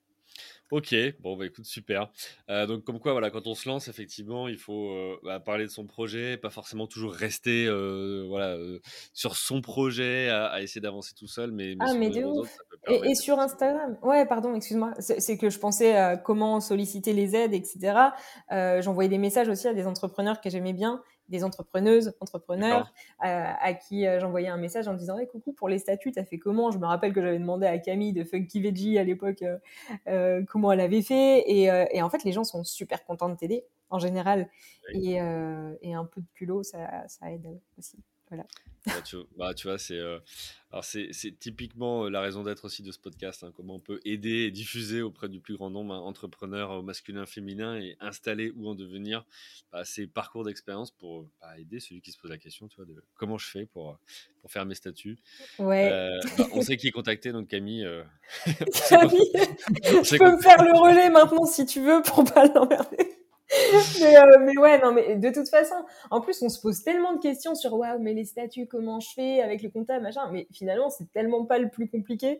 Ok, bon bah écoute, super. Euh, donc comme quoi, voilà, quand on se lance, effectivement, il faut euh, bah, parler de son projet, pas forcément toujours rester euh, voilà, euh, sur son projet à, à essayer d'avancer tout seul, mais, mais Ah, mais s'ouvrir de aux ouf. autres, ça peut Et, et permettre sur effectivement. Instagram, ouais, pardon, excuse-moi, c'est c'est que je pensais à comment solliciter les aides, et cetera. Euh, j'envoyais des messages aussi à des entrepreneurs que j'aimais bien, des entrepreneuses, entrepreneurs, D'accord. euh, à qui euh, j'envoyais un message en disant hey, coucou, pour les statuts, t'as fait comment? Je me rappelle que j'avais demandé à Camille de Funky Veggie à l'époque euh, euh, comment elle avait fait. Et, euh, et en fait, les gens sont super contents de t'aider, en général. Oui. Et, euh, et un peu de culot, ça, ça aide aussi. Voilà. Bah, tu, bah, tu vois, c'est euh, alors c'est c'est typiquement euh, la raison d'être aussi de ce podcast, hein, comment on peut aider et diffuser auprès du plus grand nombre, hein, entrepreneurs euh, masculins, féminins, et installer ou en devenir bah, ces parcours d'expérience pour euh, bah, aider celui qui se pose la question, tu vois, de comment je fais pour, euh, pour faire mes statuts. Ouais. Euh, bah, on sait qui est contacté, donc Camille, euh, on sait qu'on Camille, on je sait peux qu'on- me faire le relais maintenant si tu veux pour pas l'emmerder. Mais, euh, mais ouais, non, mais de toute façon, en plus, on se pose tellement de questions sur waouh, mais les statuts, comment je fais avec le comptable, machin. Mais finalement, c'est tellement pas le plus compliqué.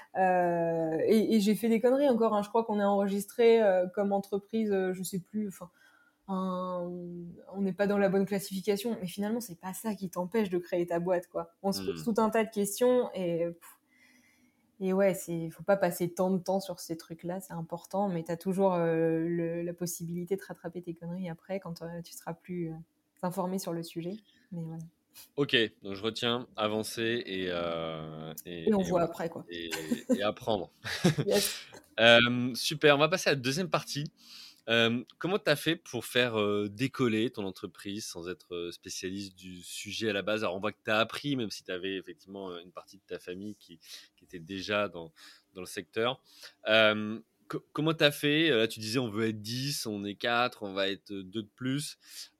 Euh, et, et j'ai fait des conneries encore. Hein. Je crois qu'on est enregistré euh, comme entreprise, euh, je sais plus. Enfin, un- on n'est pas dans la bonne classification. Mais finalement, c'est pas ça qui t'empêche de créer ta boîte, quoi. On se pose Hmm. tout un tas de questions et et ouais, c'est faut pas passer tant de temps sur ces trucs-là, c'est important, mais tu as toujours euh, le, la possibilité de rattraper tes conneries après quand euh, tu seras plus euh, informé sur le sujet. Mais voilà. Ok, donc je retiens avancer et, euh, Et on et, et voit voilà. après, quoi. Et, et apprendre. Yes. Euh, super, on va passer à la deuxième partie. Euh, comment tu as fait pour faire euh, décoller ton entreprise sans être euh, spécialiste du sujet à la base? Alors, on voit que tu as appris, même si tu avais effectivement euh, une partie de ta famille qui, qui était déjà dans, dans le secteur. Euh, co- comment tu as fait? Euh, Là, tu disais on veut être dix, on est quatre, on va être deux de plus.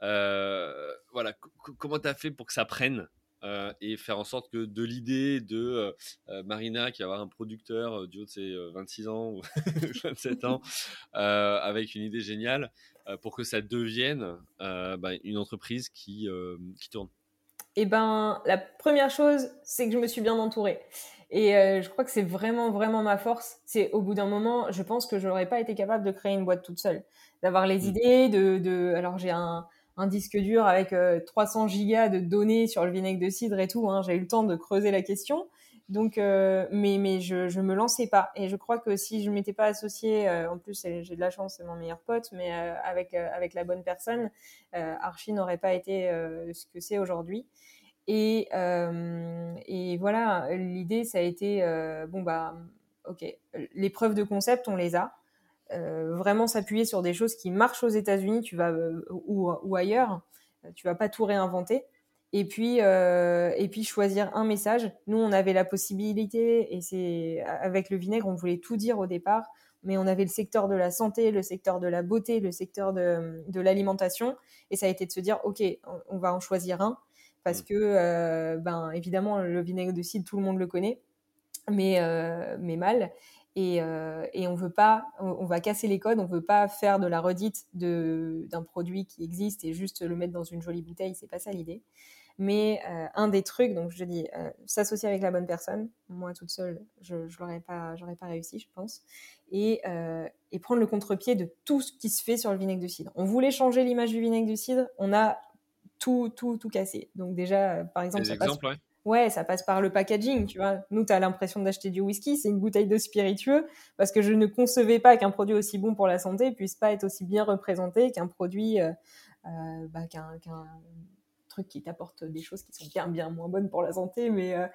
Euh, voilà, co- co- comment tu as fait pour que ça prenne? Euh, et faire en sorte que de l'idée de euh, euh, Marina qui va avoir un producteur euh, du haut de ses euh, vingt-six ans ou vingt-sept ans, euh, avec une idée géniale, euh, pour que ça devienne euh, bah, une entreprise qui, euh, qui tourne. Eh ben, la première chose, c'est que je me suis bien entourée. Et euh, je crois que c'est vraiment, vraiment ma force. C'est au bout d'un moment, je pense que je n'aurais pas été capable de créer une boîte toute seule. D'avoir les Mm. idées, de, de... alors j'ai un, un disque dur avec euh, trois cents gigas de données sur le vinaigre de cidre et tout, hein. J'ai eu le temps de creuser la question. Donc, euh, mais, mais je, je me lançais pas. Et je crois que si je m'étais pas associée, euh, en plus c'est- j'ai de la chance, c'est mon meilleur pote, mais euh, avec, euh, avec la bonne personne, euh, Archie n'aurait pas été euh, ce que c'est aujourd'hui. Et, euh, et voilà, l'idée, ça a été, euh, bon, bah, ok, les preuves de concept, on les a. Euh, vraiment s'appuyer sur des choses qui marchent aux États-Unis, tu vas euh, ou, ou ailleurs, tu vas pas tout réinventer. Et puis, euh, et puis choisir un message. Nous, on avait la possibilité, et c'est avec le vinaigre, on voulait tout dire au départ, mais on avait le secteur de la santé, le secteur de la beauté, le secteur de, de l'alimentation, et ça a été de se dire, ok, on, on va en choisir un, parce Mm. que, euh, ben, évidemment, le vinaigre de cidre, tout le monde le connaît, mais, euh, mais mal. Et, euh, et on veut pas, on, on va casser les codes, on veut pas faire de la redite de, d'un produit qui existe et juste le mettre dans une jolie bouteille, c'est pas ça l'idée. Mais euh, un des trucs, donc je dis, euh, s'associer avec la bonne personne. Moi toute seule, je, je l'aurais pas, j'aurais pas réussi, je pense. Et, euh, et prendre le contre-pied de tout ce qui se fait sur le vinaigre de cidre. On voulait changer l'image du vinaigre de cidre, on a tout, tout, tout cassé. Donc déjà, euh, par exemple, Des ça passe exemples, ouais. Ouais, ça passe par le packaging, tu vois. Nous, tu as l'impression d'acheter du whisky, c'est une bouteille de spiritueux, parce que je ne concevais pas qu'un produit aussi bon pour la santé puisse pas être aussi bien représenté qu'un produit, euh, euh, bah, qu'un, qu'un truc qui t'apporte des choses qui sont bien, bien moins bonnes pour la santé. Mais euh,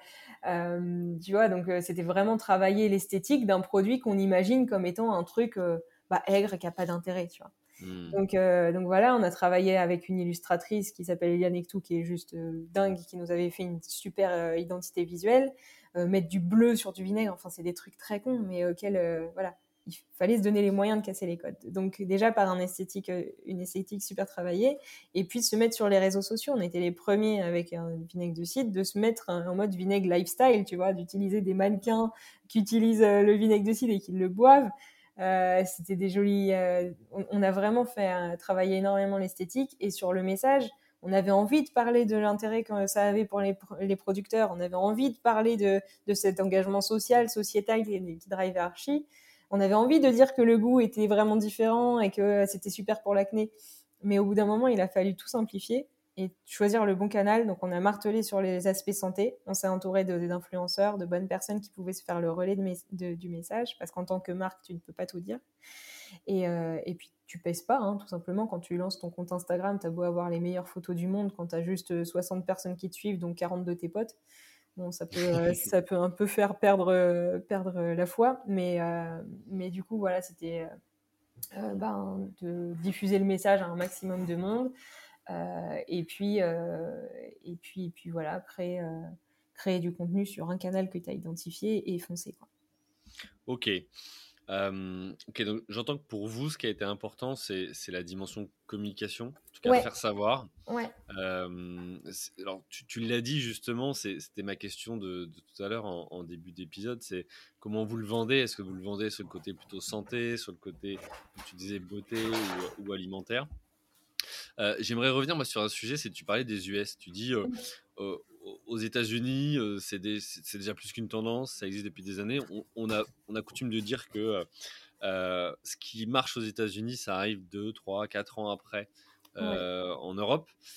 euh, tu vois, donc euh, c'était vraiment travailler l'esthétique d'un produit qu'on imagine comme étant un truc euh, bah, aigre qui a pas d'intérêt, tu vois. Mm. Donc, euh, donc voilà, on a travaillé avec une illustratrice qui s'appelle Eliane Ektou, qui est juste euh, dingue, qui nous avait fait une super euh, identité visuelle. Euh, mettre du bleu sur du vinaigre, enfin c'est des trucs très cons, mais auxquels euh, voilà, il fallait se donner les moyens de casser les codes. Donc déjà par un esthétique, euh, une esthétique super travaillée, et puis de se mettre sur les réseaux sociaux. On était les premiers avec un vinaigre de cidre de se mettre en mode vinaigre lifestyle, tu vois, d'utiliser des mannequins qui utilisent euh, le vinaigre de cidre et qui le boivent. Euh, c'était des jolis. Euh, on, on, a vraiment fait euh, travailler énormément l'esthétique et sur le message. On avait envie de parler de l'intérêt que ça avait pour les, les producteurs. On avait envie de parler de, de cet engagement social, sociétal qui, qui drive Archie. On avait envie de dire que le goût était vraiment différent et que c'était super pour l'acné. Mais au bout d'un moment, il a fallu tout simplifier et choisir le bon canal. Donc, on a martelé sur les aspects santé. On s'est entouré de, d'influenceurs, de bonnes personnes qui pouvaient se faire le relais de mes, de, du message, parce qu'en tant que marque, tu ne peux pas tout dire. Et, euh, et puis, tu pèses pas, hein, tout simplement. Quand tu lances ton compte Instagram, tu as beau avoir les meilleures photos du monde, quand tu as juste soixante personnes qui te suivent, donc quarante de tes potes. Bon, ça peut, euh, ça peut un peu faire perdre, euh, perdre la foi. Mais, euh, mais du coup, voilà, c'était euh, ben, de diffuser le message à un maximum de monde. Euh, et puis, euh, et puis, et puis voilà, créer, euh, créer du contenu sur un canal que tu as identifié et foncer, quoi. Ok. Euh, ok, donc j'entends que pour vous, ce qui a été important, c'est, c'est la dimension communication, en tout cas Ouais, faire savoir. ouais, Euh, c'est- alors, tu, tu l'as dit justement, c'est- c'était ma question de, de tout à l'heure en, en début d'épisode, c'est comment vous le vendez? Est-ce que vous le vendez sur le côté plutôt santé, sur le côté, comme tu disais, beauté ou, ou alimentaire? Euh, j'aimerais revenir moi sur un sujet, c'est que tu parlais des U S. Tu dis euh, euh, aux États-Unis, euh, c'est, des- c'est- c'est déjà plus qu'une tendance, ça existe depuis des années. On, on a, on a coutume de dire que euh, ce qui marche aux États-Unis, ça arrive deux, trois, quatre ans après ouais. euh, en Europe.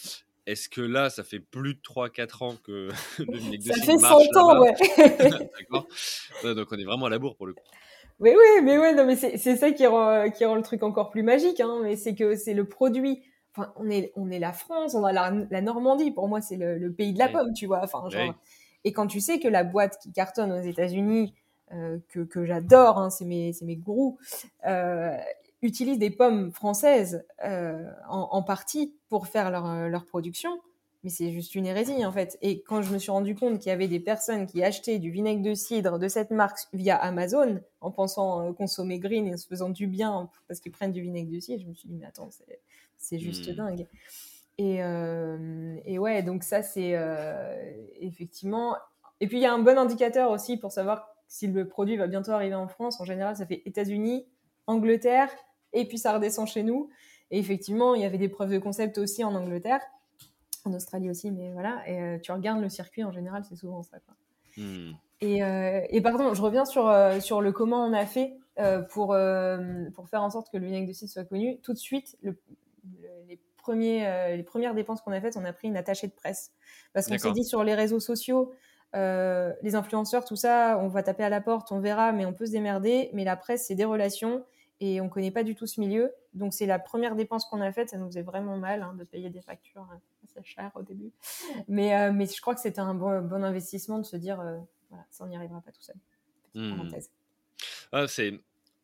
est-ce que là, ça fait plus de trois quatre ans que le vinaigre de Ça cidre fait marche cent ans, là-bas? ouais. D'accord. Ouais, donc on est vraiment à la bourre pour le coup. Mais oui, mais ouais, non, mais c'est, c'est ça qui rend, qui rend le truc encore plus magique, hein. Mais c'est que c'est le produit. Enfin, on est, on est la France, on a la, la Normandie. Pour moi, c'est le, le pays de la Oui, pomme, tu vois. Enfin, genre. oui. Et quand tu sais que la boîte qui cartonne aux États-Unis, euh, que, que j'adore, hein, c'est mes, c'est mes gourous, euh, utilise des pommes françaises euh, en, en partie pour faire leur, leur production. Mais c'est juste une hérésie, en fait. Et quand je me suis rendu compte qu'il y avait des personnes qui achetaient du vinaigre de cidre de cette marque via Amazon, en pensant euh, consommer green et en se faisant du bien parce qu'ils prennent du vinaigre de cidre, je me suis dit, mais attends, c'est, c'est juste Hmm. dingue. Et, euh, et ouais, donc ça, c'est euh, effectivement... Et puis, il y a un bon indicateur aussi pour savoir si le produit va bientôt arriver en France. En général, ça fait États-Unis, Angleterre, et puis ça redescend chez nous. Et effectivement, il y avait des preuves de concept aussi en Angleterre, en Australie aussi, mais voilà. Et euh, tu regardes le circuit, en général, c'est souvent ça, quoi. Hmm. Et, euh, et pardon, je reviens sur, euh, sur le comment on a fait euh, pour, euh, pour faire en sorte que le vinaigre de cidre soit connu. Tout de suite, le, le, les, premiers, euh, les premières dépenses qu'on a faites, on a pris une attachée de presse. Parce qu'on s'est D'accord. dit sur les réseaux sociaux, euh, les influenceurs, tout ça, on va taper à la porte, on verra, mais on peut se démerder. Mais la presse, c'est des relations et on connaît pas du tout ce milieu. Donc c'est la première dépense qu'on a faite. Ça nous faisait vraiment mal hein, de payer des factures hein, assez chères au début. Mais, euh, mais je crois que c'était un bon, bon investissement de se dire... Euh, voilà, ça, on n'y arrivera pas tout seul. Petite Hmm. parenthèse. Ah, c'est,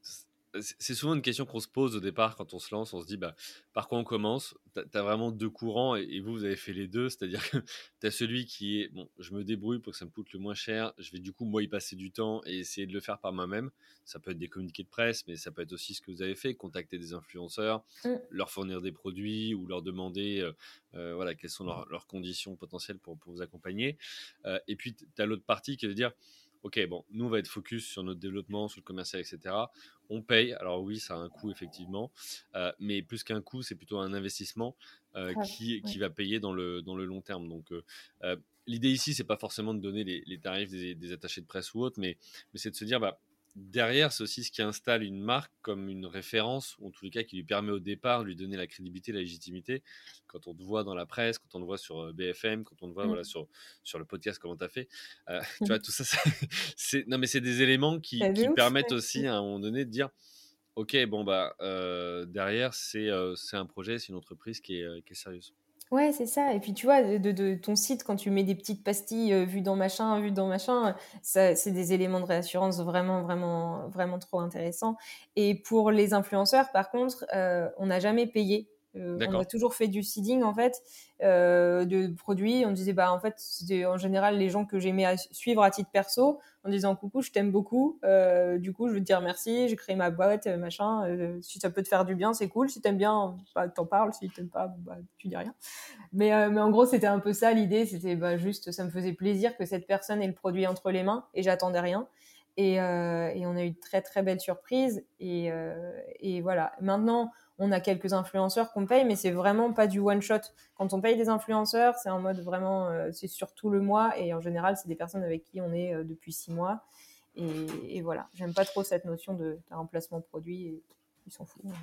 c'est souvent une question qu'on se pose au départ quand on se lance. On se dit, bah, par quoi on commence? T'as, t'as vraiment deux courants et, et vous, vous avez fait les deux. C'est-à-dire que t'as celui qui est, bon, je me débrouille pour que ça me coûte le moins cher. Je vais du coup, moi, y passer du temps et essayer de le faire par moi-même. Ça peut être des communiqués de presse, mais ça peut être aussi ce que vous avez fait, contacter des influenceurs, Mm. leur fournir des produits ou leur demander euh, euh, voilà, quelles sont leurs, leurs conditions potentielles pour, pour vous accompagner. Euh, et puis, tu as l'autre partie qui veut dire, ok, bon, nous, on va être focus sur notre développement, sur le commercial, et cetera. On paye. Alors oui, ça a un coût, effectivement. Euh, mais plus qu'un coût, c'est plutôt un investissement euh, Grave. qui, Ouais. qui va payer dans le, dans le long terme. Donc, euh, euh, l'idée ici, c'est pas forcément de donner les, les tarifs des, des attachés de presse ou autres, mais, mais c'est de se dire, bah, derrière, c'est aussi ce qui installe une marque comme une référence, ou en tous les cas qui lui permet au départ de lui donner la crédibilité, la légitimité. Quand on te voit dans la presse, quand on te voit sur B F M, quand on te voit Mm. voilà, sur, sur le podcast, comment tu as fait, euh, tu vois, tout ça, c'est, c'est, non, mais c'est des éléments qui, C'est qui de ouf. permettent Ouais. aussi à un moment donné de dire, ok, bon, bah, euh, derrière, c'est, euh, c'est un projet, c'est une entreprise qui est, euh, qui est sérieuse. Ouais, c'est ça. Et puis, tu vois, de, de, de ton site, quand tu mets des petites pastilles euh, vues dans machin, vues dans machin, ça, c'est des éléments de réassurance vraiment, vraiment, vraiment trop intéressants. Et pour les influenceurs, par contre, euh, on n'a jamais payé. Euh, on a D'accord. toujours fait du seeding, en fait, euh, de produits. On disait, bah, en fait, c'était en général les gens que j'aimais à suivre à titre perso, en disant, coucou, je t'aime beaucoup. Euh, du coup, je veux te dire merci, j'ai créé ma boîte, euh, machin. Euh, si ça peut te faire du bien, c'est cool. Si t'aimes bien, bah, t'en parles. Si t'aimes pas, bah, tu dis rien. Mais, euh, mais en gros, c'était un peu ça l'idée. C'était bah, juste, ça me faisait plaisir que cette personne ait le produit entre les mains et j'attendais rien. Et, euh, et on a eu de très très belles surprises. Et, euh, et voilà. Maintenant, on a quelques influenceurs qu'on paye, mais c'est vraiment pas du one shot. Quand on paye des influenceurs, c'est en mode vraiment, euh, c'est sur tout le mois. Et en général, c'est des personnes avec qui on est euh, depuis six mois. Et, et voilà. J'aime pas trop cette notion de, de remplacement produit. Et ils s'en foutent.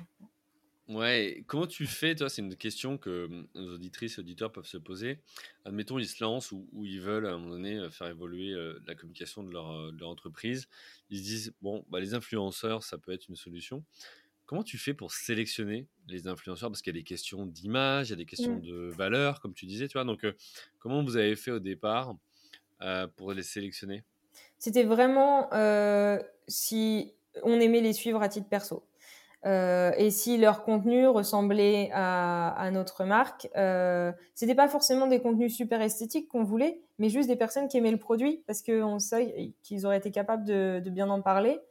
Ouais, comment tu fais, toi, c'est une question que hum, nos auditrices et auditeurs peuvent se poser. Admettons, ils se lancent ou, ou ils veulent à un moment donné euh, faire évoluer euh, la communication de leur, euh, de leur entreprise. Ils se disent, bon, bah, les influenceurs, ça peut être une solution. Comment tu fais pour sélectionner les influenceurs? Parce qu'il y a des questions d'image, il y a des questions Mm. de valeur, comme tu disais, tu vois. Donc, euh, comment vous avez fait au départ euh, pour les sélectionner? C'était vraiment euh, si on aimait les suivre à titre perso. Euh, et si leur contenu ressemblait à, à notre marque, euh, c'était pas forcément des contenus super esthétiques qu'on voulait, mais juste des personnes qui aimaient le produit parce qu'on sait qu'ils auraient été capables de, de bien en parler.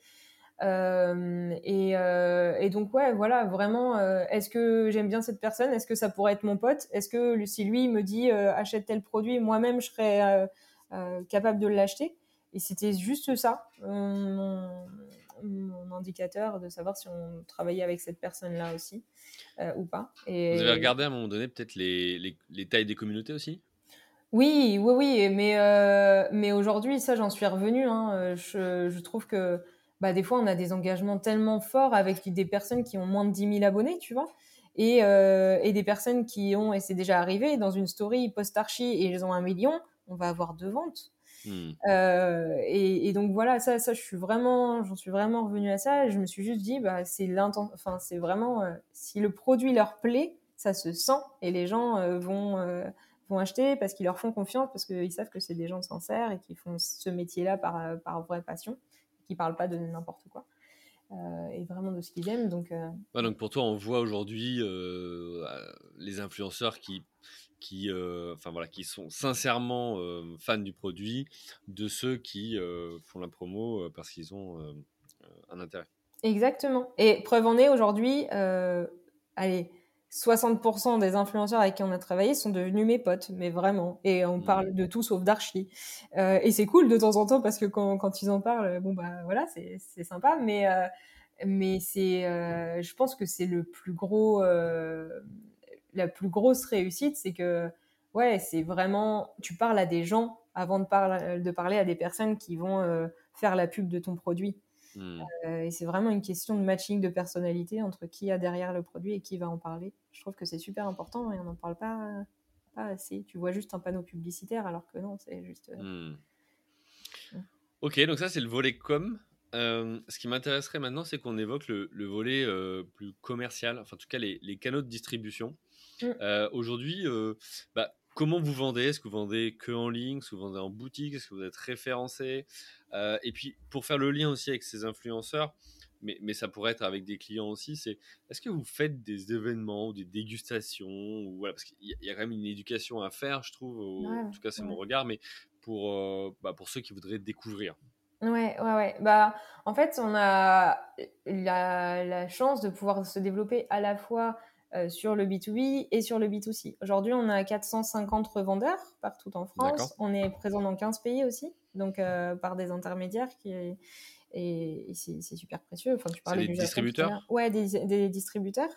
Euh, et, euh, et donc ouais, voilà, vraiment, euh, est-ce que j'aime bien cette personne? Est-ce que ça pourrait être mon pote? Est-ce que si lui me dit euh, achète tel produit, moi-même je serais euh, euh, capable de l'acheter? Et c'était juste ça, mon, mon indicateur de savoir si on travaillait avec cette personne-là aussi euh, ou pas. Vous avez Et regardé à un moment donné peut-être les, les, les tailles des communautés aussi? oui, oui, oui, mais, euh, mais aujourd'hui, ça, j'en suis revenue. Hein. Euh, Je, je trouve que bah, des fois, on a des engagements tellement forts avec des personnes qui ont moins de dix mille abonnés, tu vois. et, euh, et des personnes qui ont, et c'est déjà arrivé, dans une story, ils postent archi et ils ont un million, on va avoir deux ventes. Mmh. Euh, et, et donc voilà, ça, ça, je suis vraiment, j'en suis vraiment revenue à ça. Et je me suis juste dit, bah, c'est l'inten- enfin, c'est vraiment, euh, si le produit leur plaît, ça se sent et les gens euh, vont, euh, vont acheter parce qu'ils leur font confiance, parce qu'ils savent que c'est des gens sincères et qui font ce métier-là par, euh, par vraie passion, qui parlent pas de n'importe quoi euh, et vraiment de ce qu'ils aiment. Donc, euh, Ouais, donc pour toi, on voit aujourd'hui euh, euh, les influenceurs qui, qui, euh, enfin voilà, qui sont sincèrement euh, fans du produit, de ceux qui euh, font la promo euh, parce qu'ils ont euh, un intérêt. exactement. Et preuve en est, aujourd'hui, euh, allez, soixante pour cent des influenceurs avec qui on a travaillé sont devenus mes potes, mais vraiment. Et on Mmh. parle de tout sauf d'archi. Euh, et c'est cool de temps en temps parce que quand, quand ils en parlent, bon bah voilà, c'est, c'est sympa. Mais, euh, mais c'est, euh, je pense que c'est le plus gros, euh, la plus grosse réussite, c'est que ouais, c'est vraiment, tu parles à des gens avant de, parler de parler à des personnes qui vont euh, faire la pub de ton produit. Mmh. Euh, et c'est vraiment une question de matching de personnalité entre qui a derrière le produit et qui va en parler. Je trouve que c'est super important et on n'en parle pas, pas assez. Tu vois juste un panneau publicitaire alors que non, c'est juste. euh, Mmh. mm. Ok, donc ça c'est le volet com. Euh, ce qui m'intéresserait maintenant, c'est qu'on évoque le, le volet euh, plus commercial, enfin en tout cas les, les canaux de distribution. Mm. Euh, aujourd'hui, euh, bah, comment vous vendez? Est-ce que vous vendez que en ligne? Est-ce que vous vendez en boutique? Est-ce que vous êtes référencé? Euh, Et puis, pour faire le lien aussi avec ces influenceurs, mais, mais ça pourrait être avec des clients aussi, c'est est-ce que vous faites des événements ou des dégustations ou, voilà, parce qu'il y, a- il y a quand même une éducation à faire, je trouve, au- Ouais, en tout cas c'est mon ouais. regard, mais pour, euh, bah, pour ceux qui voudraient découvrir. Ouais, ouais, ouais. Bah, en fait, on a la, la chance de pouvoir se développer à la fois euh, sur le B deux B et sur le B deux C. Aujourd'hui, on a quatre cent cinquante revendeurs partout en D'accord? France. On est présent dans quinze pays aussi, donc euh, par des intermédiaires qui, et, et c'est, c'est super précieux. Enfin, tu C'est parlais des du Japon tout à l'heure. distributeurs? Ouais, des, des distributeurs.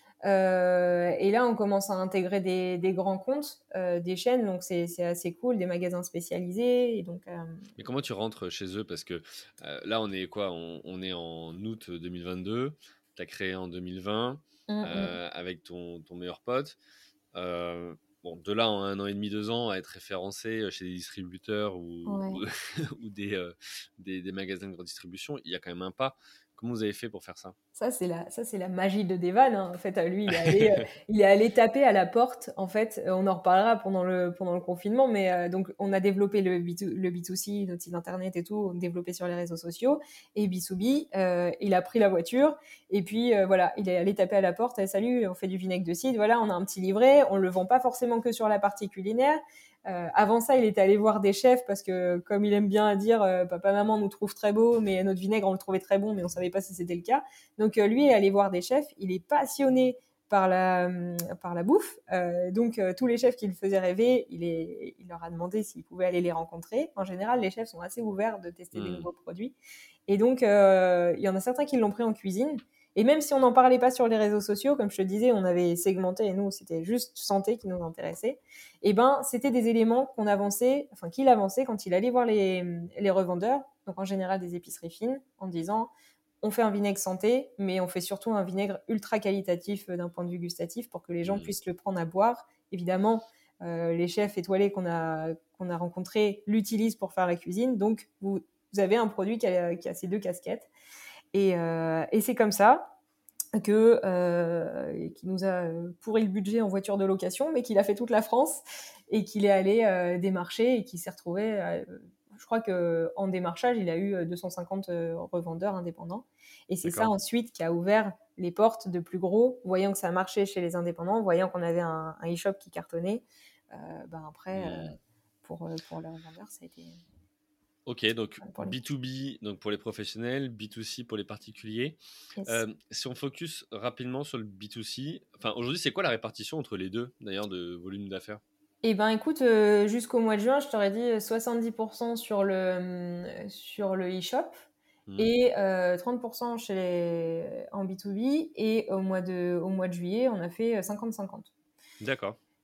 Euh, et là, on commence à intégrer des, des grands comptes, euh, des chaînes, donc c'est, c'est assez cool, des magasins spécialisés. Et donc, euh, Mais comment tu rentres chez eux? Parce que euh, là, on est quoi? On, on est en août deux mille vingt-deux. Tu as créé en deux mille vingt hum, hum. euh, avec ton, ton meilleur pote. Euh, bon, de là, en un an et demi, deux ans, à être référencé chez des distributeurs ou, Ouais. ou, ou des, euh, des, des magasins de grande distribution, il y a quand même un pas. Comment vous avez fait pour faire ça? Ça, c'est la, ça, c'est la magie de Devan, hein. En fait, à lui, il est allé, euh, il est allé taper à la porte. En fait, euh, on en reparlera pendant le, pendant le confinement, mais euh, donc, on a développé le, B deux, le B deux C, notre site internet et tout, développé sur les réseaux sociaux. Et B deux B, euh, il a pris la voiture. Et puis, euh, voilà, il est allé taper à la porte. Eh, salut, on fait du vinaigre de cidre. Voilà, on a un petit livret. On le vend pas forcément que sur la partie culinaire. Euh, avant ça, il était allé voir des chefs parce que, comme il aime bien dire, euh, papa, maman nous trouve très beau, mais notre vinaigre, on le trouvait très bon, mais on savait pas si c'était le cas. Donc euh, lui est allé voir des chefs, il est passionné par la, par la bouffe. Euh, donc euh, tous les chefs qui le faisaient rêver, il, est, il leur a demandé s'ils pouvaient aller les rencontrer. En général, les chefs sont assez ouverts de tester des Hmm. nouveaux produits. Et donc, euh, il y en a certains qui l'ont pris en cuisine. Et même si on n'en parlait pas sur les réseaux sociaux, comme je te disais, on avait segmenté et nous, c'était juste santé qui nous intéressait. Et ben, c'était des éléments qu'on avançait, enfin qu'il avançait quand il allait voir les, les revendeurs, donc en général des épiceries fines, en disant on fait un vinaigre santé, mais on fait surtout un vinaigre ultra qualitatif euh, d'un point de vue gustatif pour que les gens Hmm. puissent le prendre à boire. Évidemment, euh, les chefs étoilés qu'on a, qu'on a rencontrés l'utilisent pour faire la cuisine, donc vous, vous avez un produit qui a, qui a ces deux casquettes. Et, euh, et c'est comme ça que euh, qui nous a pourri le budget en voiture de location, mais qu'il a fait toute la France et qu'il est allé euh, démarcher et qu'il s'est retrouvé. Euh, je crois que en démarchage, il a eu deux cent cinquante euh, revendeurs indépendants. Et c'est ça D'accord. ensuite qui a ouvert les portes de plus gros, voyant que ça marchait chez les indépendants, voyant qu'on avait un, un e-shop qui cartonnait. Euh, ben après, euh, Hmm. pour pour les revendeurs, ça a été Ok, donc pour les B deux B donc pour les professionnels, B deux C pour les particuliers. yes. Euh, si on focus rapidement sur le B deux C, enfin aujourd'hui c'est quoi la répartition entre les deux d'ailleurs de volume d'affaires? Eh ben, écoute, euh, jusqu'au mois de juin, je t'aurais dit soixante-dix pour cent sur le, hum, sur le e-shop Hmm. et euh, trente pour cent chez les, en B deux B. Et au mois de, au mois de juillet, on a fait cinquante cinquante. D'accord.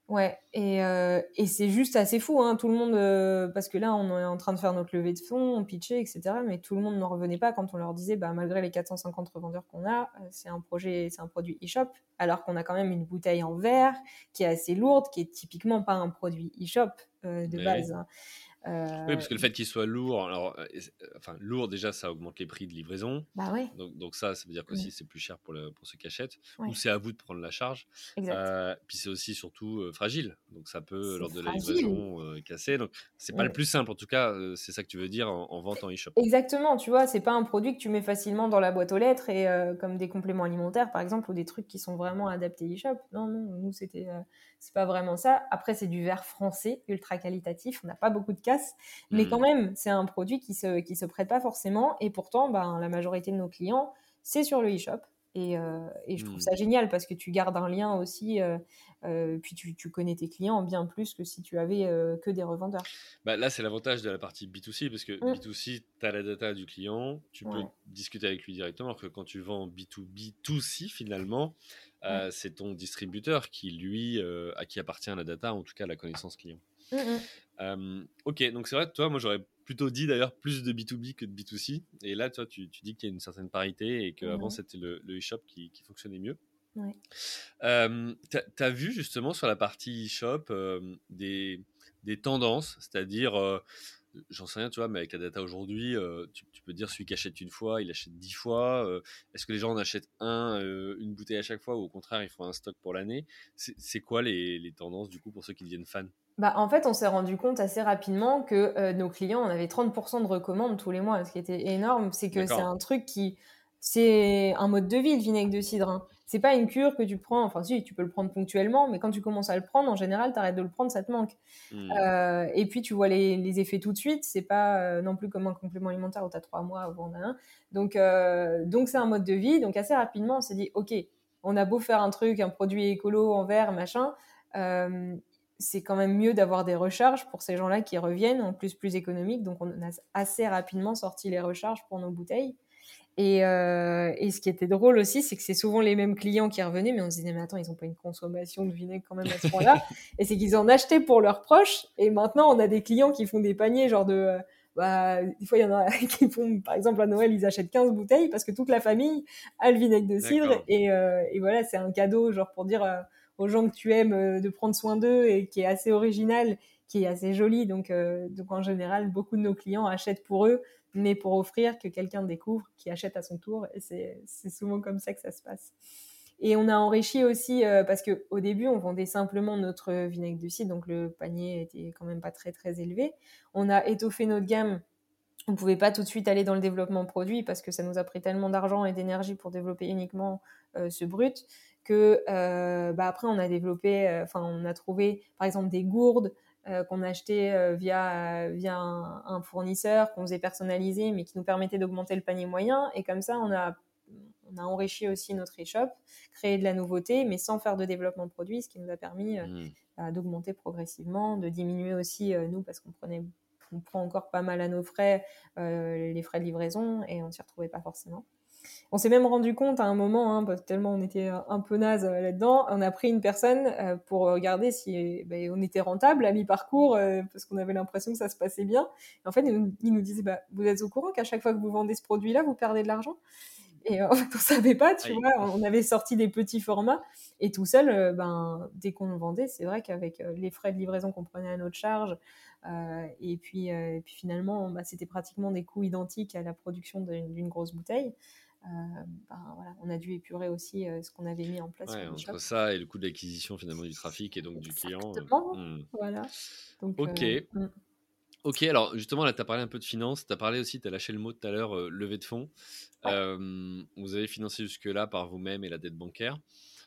Ouais, et, euh, et c'est juste assez fou, hein, tout le monde, euh, parce que là, on est en train de faire notre levée de fonds, on pitchait, et cetera. Mais tout le monde n'en revenait pas quand on leur disait, bah, malgré les quatre cent cinquante revendeurs qu'on a, euh, c'est un projet, c'est un produit e-shop, alors qu'on a quand même une bouteille en verre qui est assez lourde, qui est typiquement pas un produit e-shop euh, de Mais base, hein. oui, Euh, parce que le fait qu'il soit lourd, alors, euh, euh, enfin, lourd déjà, ça augmente les prix de livraison. bah ouais, Donc, donc ça, ça veut dire mm, qu'aussi c'est plus cher pour, le, pour ceux qui achètent, ou ouais, c'est à vous de prendre la charge. exact. Euh, puis c'est aussi surtout euh, fragile, donc ça peut, C'est lors de la fragile. livraison, euh, casser. Donc c'est pas le Mm. plus simple, en tout cas, euh, c'est ça que tu veux dire en, en vente en e-shop. Exactement, tu vois, c'est pas un produit que tu mets facilement dans la boîte aux lettres et euh, comme des compléments alimentaires par exemple ou des trucs qui sont vraiment adaptés e-shop. Non, non, nous c'était, euh, c'est pas vraiment ça. Après c'est du verre français, ultra qualitatif, on n'a pas beaucoup de casse, mais quand Hmm. même c'est un produit qui se qui se prête pas forcément et pourtant ben la majorité de nos clients c'est sur le e-shop et, euh, et je trouve Hmm. ça génial parce que tu gardes un lien aussi, euh, euh, puis tu, tu connais tes clients bien plus que si tu avais euh, que des revendeurs. Bah, là, c'est l'avantage de la partie B deux C, parce que Mm. B deux C, tu as la data du client, tu peux Ouais, discuter avec lui directement, alors que quand tu vends B deux B deux C, finalement, ouais. euh, c'est ton distributeur qui, lui, euh, à qui appartient la data, en tout cas la connaissance client. Mm, mm. Euh, ok, donc c'est vrai, toi, moi j'aurais plutôt dit d'ailleurs plus de B deux B que de B deux C. Et là, toi, tu, tu dis qu'il y a une certaine parité et qu'avant Mhm. c'était le, le e-shop qui, qui fonctionnait mieux. Ouais. Euh, tu as vu justement sur la partie e-shop euh, des, des tendances, c'est-à-dire, euh, j'en sais rien, tu vois, mais avec la data aujourd'hui, euh, tu, tu peux dire celui qui achète une fois, il achète dix fois. Euh, Est-ce que les gens en achètent un, euh, une bouteille à chaque fois, ou au contraire, ils font un stock pour l'année? C'est c'est quoi les, les tendances du coup pour ceux qui deviennent fans? Bah, en fait, on s'est rendu compte assez rapidement que euh, nos clients, on avait trente pour cent de recommandes tous les mois. Ce qui était énorme, c'est que c'est D'accord. un truc qui, c'est un mode de vie, le vinaigre de cidre, hein. C'est pas une cure que tu prends, enfin si, tu peux le prendre ponctuellement, mais quand tu commences à le prendre, en général, t'arrêtes de le prendre, ça te manque. Hmm. Euh, et puis, tu vois les, les effets tout de suite. C'est pas euh, non plus comme un complément alimentaire où tu as trois mois avant d'un. Donc, euh, donc c'est un mode de vie. Donc, assez rapidement, on s'est dit, OK, on a beau faire un truc, un produit écolo en verre, machin. Euh, c'est quand même mieux d'avoir des recharges pour ces gens-là qui reviennent, en plus plus économique. Donc, on a assez rapidement sorti les recharges pour nos bouteilles. Et, euh, et ce qui était drôle aussi, c'est que c'est souvent les mêmes clients qui revenaient, mais on se disait, mais attends, ils n'ont pas une consommation de vinaigre quand même à ce point-là. Et c'est qu'ils en achetaient pour leurs proches. Et maintenant, on a des clients qui font des paniers, genre de. Euh, bah, des fois, il y en a qui font, par exemple, à Noël, ils achètent quinze bouteilles parce que toute la famille a le vinaigre de cidre. D'accord. Et, euh, et voilà, c'est un cadeau, genre pour dire euh, aux gens que tu aimes euh, de prendre soin d'eux et qui est assez original, qui est assez joli. Donc, euh, donc en général, beaucoup de nos clients achètent pour eux mais pour offrir que quelqu'un découvre, qui achète à son tour. Et c'est, c'est souvent comme ça que ça se passe. Et on a enrichi aussi, euh, parce qu'au début, on vendait simplement notre vinaigre de cidre, donc le panier était quand même pas très très élevé. On a étoffé notre gamme. On ne pouvait pas tout de suite aller dans le développement produit parce que ça nous a pris tellement d'argent et d'énergie pour développer uniquement euh, ce brut que euh, bah après on a développé, enfin euh, on a trouvé par exemple des gourdes euh, qu'on achetait euh, via, via un, un fournisseur qu'on faisait personnaliser mais qui nous permettait d'augmenter le panier moyen et comme ça on a, on a enrichi aussi notre e-shop, créé de la nouveauté mais sans faire de développement produit, ce qui nous a permis euh, Hmm. bah, d'augmenter progressivement, de diminuer aussi euh, nous parce qu'on prenait on prend encore pas mal à nos frais, euh, les frais de livraison, et on s'y retrouvait pas forcément. On s'est même rendu compte à un moment, hein, parce que tellement on était un peu naze euh, là-dedans, on a pris une personne euh, pour regarder si ben, on était rentable à mi-parcours, euh, parce qu'on avait l'impression que ça se passait bien. Et en fait, il nous, il nous disait, bah, vous êtes au courant qu'à chaque fois que vous vendez ce produit-là, vous perdez de l'argent? Et euh, en fait, on savait pas, tu Aïe. vois, on avait sorti des petits formats et tout seul, euh, ben, dès qu'on le vendait, c'est vrai qu'avec euh, les frais de livraison qu'on prenait à notre charge, euh, et puis, euh, et puis finalement, bah, c'était pratiquement des coûts identiques à la production d'une, d'une grosse bouteille. Euh, ben, voilà, on a dû épurer aussi euh, ce qu'on avait mis en place sur Ouais, l'e-shop. entre ça et le coût d'acquisition finalement du trafic et donc du client. euh, Exactement, hmm. voilà. Donc, Ok. euh, mm, Ok, alors justement là, tu as parlé un peu de finances, tu as parlé aussi, tu as lâché le mot tout à l'heure, euh, levée de fonds. ouais, Euh, vous avez financé jusque-là par vous-même et la dette bancaire.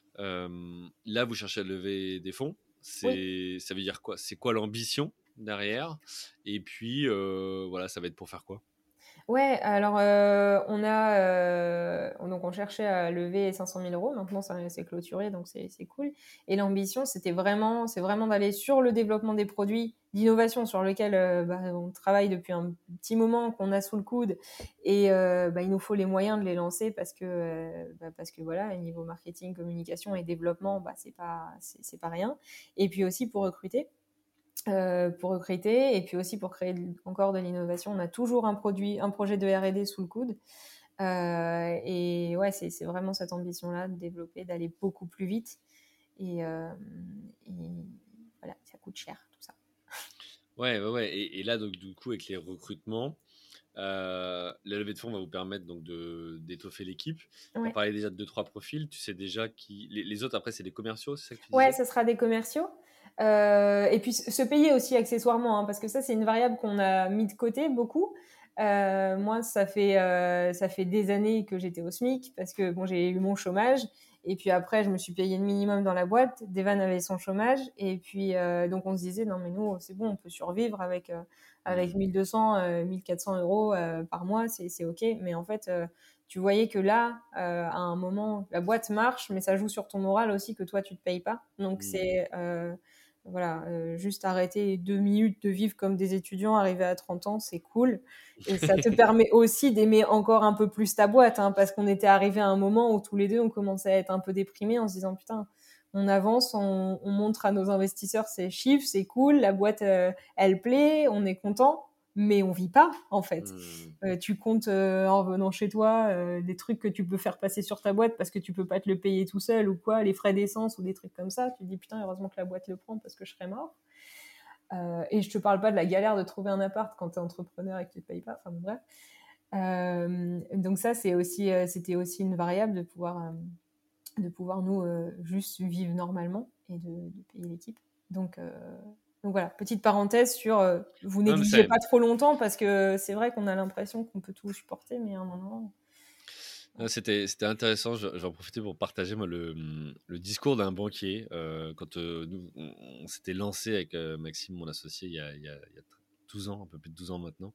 Euh, là, vous cherchez à lever des fonds. oui. C'est, ça veut dire quoi? C'est quoi l'ambition derrière? Et puis, euh, voilà, ça va être pour faire quoi? Ouais, alors euh, on a euh, donc on cherchait à lever cinq cent mille euros. Maintenant, ça c'est clôturé, donc c'est c'est cool. Et l'ambition, c'était vraiment, c'est vraiment d'aller sur le développement des produits d'innovation sur lequel euh, bah, on travaille depuis un petit moment, qu'on a sous le coude, et euh, bah, il nous faut les moyens de les lancer parce que euh, bah, parce que voilà, niveau marketing, communication et développement, bah c'est pas c'est c'est pas rien. Et puis aussi pour recruter. Euh, pour recruter et puis aussi pour créer de- encore de l'innovation. On a toujours un produit, un projet de R et D sous le coude. Euh, et ouais, c'est, c'est vraiment cette ambition-là de développer, d'aller beaucoup plus vite. Et, euh, et voilà, ça coûte cher tout ça. Ouais, ouais, ouais. Et, et là, donc, du coup, avec les recrutements, euh, la levée de fonds va vous permettre donc de d'étoffer l'équipe. Tu as Ouais. parlé déjà de deux, trois profils. Tu sais déjà qui. Les, les autres, après, c'est des commerciaux, c'est ça que tu Ouais, disais? ça sera des commerciaux. Euh, et puis se payer aussi accessoirement, hein, parce que ça, c'est une variable qu'on a mis de côté beaucoup. Euh, moi, ça fait, euh, ça fait des années que j'étais au SMIC, parce que bon, j'ai eu mon chômage. Et puis après, je me suis payé le minimum dans la boîte. Devan avait son chômage. Et puis, euh, donc, on se disait, non, mais nous, c'est bon, on peut survivre avec, euh, avec Hmm. mille deux cents, euh, mille quatre cents euros euh, par mois, c'est, c'est OK. Mais en fait, euh, tu voyais que là, euh, à un moment, la boîte marche, mais ça joue sur ton moral aussi que toi, tu te payes pas. Donc, Hmm. c'est euh, voilà, euh, juste arrêter deux minutes de vivre comme des étudiants arrivés à trente ans, c'est cool. Et ça te permet aussi d'aimer encore un peu plus ta boîte, hein, parce qu'on était arrivé à un moment où tous les deux, on commençait à être un peu déprimés en se disant, putain, on avance, on, on montre à nos investisseurs ces chiffres, c'est cool, la boîte, euh, elle plaît, on est content, mais on vit pas, en fait. Hmm. Euh, tu comptes euh, en revenant chez toi euh, des trucs que tu peux faire passer sur ta boîte parce que tu peux pas te le payer tout seul ou quoi, les frais d'essence ou des trucs comme ça. Tu te dis putain, heureusement que la boîte le prend parce que je serais mort. Euh, et je te parle pas de la galère de trouver un appart quand t'es entrepreneur et que tu te payes pas. Enfin bon, bref. Euh, donc ça, c'est aussi, euh, c'était aussi une variable de pouvoir, euh, de pouvoir nous euh, juste vivre normalement et de, de payer l'équipe. Donc euh, donc voilà, petite parenthèse sur euh, vous Non, mais ça négligez aide. pas trop longtemps parce que c'est vrai qu'on a l'impression qu'on peut tout supporter, mais à un moment. Non, C'était, c'était intéressant. Je- J'en profitais pour partager moi, le, le discours d'un banquier euh, quand euh, nous, on, on s'était lancé avec euh, Maxime, mon associé, il y, a, il, y a, il y a douze ans, un peu plus de douze ans maintenant,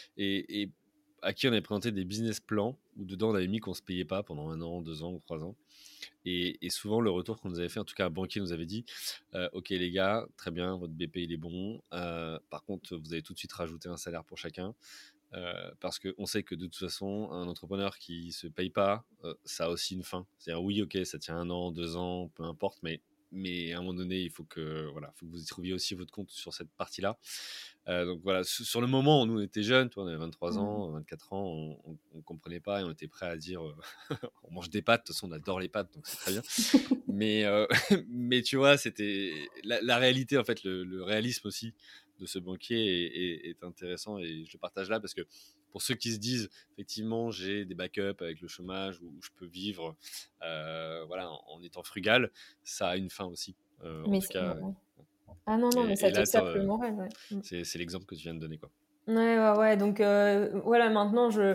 et, et à qui on avait présenté des business plans où dedans on avait mis qu'on se payait pas pendant un an, deux ans ou trois ans. Et, et souvent, le retour qu'on nous avait fait, en tout cas, un banquier nous avait dit euh, Ok, les gars, très bien, votre B P il est bon. Euh, par contre, vous allez tout de suite rajouter un salaire pour chacun. Euh, parce qu'on sait que de toute façon, un entrepreneur qui se paye pas, euh, ça a aussi une fin. C'est-à-dire, oui, ok, ça tient un an, deux ans, peu importe, mais, mais à un moment donné, il faut que, voilà, faut que vous y trouviez aussi votre compte sur cette partie-là. Euh, donc voilà, sur le moment, nous on était jeunes, toi, on avait vingt-trois Mm. ans, vingt-quatre ans, on, on, on comprenait pas et on était prêt à dire euh, on mange des pâtes, de toute façon on adore les pâtes, donc c'est très bien. Mais, euh, mais tu vois, c'était la, la réalité, en fait, le, le réalisme aussi de ce banquier est, est, est intéressant et je le partage là parce que pour ceux qui se disent effectivement j'ai des backups avec le chômage où, où je peux vivre euh, voilà, en, en étant frugal, ça a une fin aussi. Euh, en Mais tout c'est- cas, ouais. Ah non, non, mais et, ça et te là, sape le moral, ouais. Mm. c'est, c'est l'exemple que tu viens de donner. Quoi. Ouais, ouais, ouais. Donc euh, voilà, maintenant je,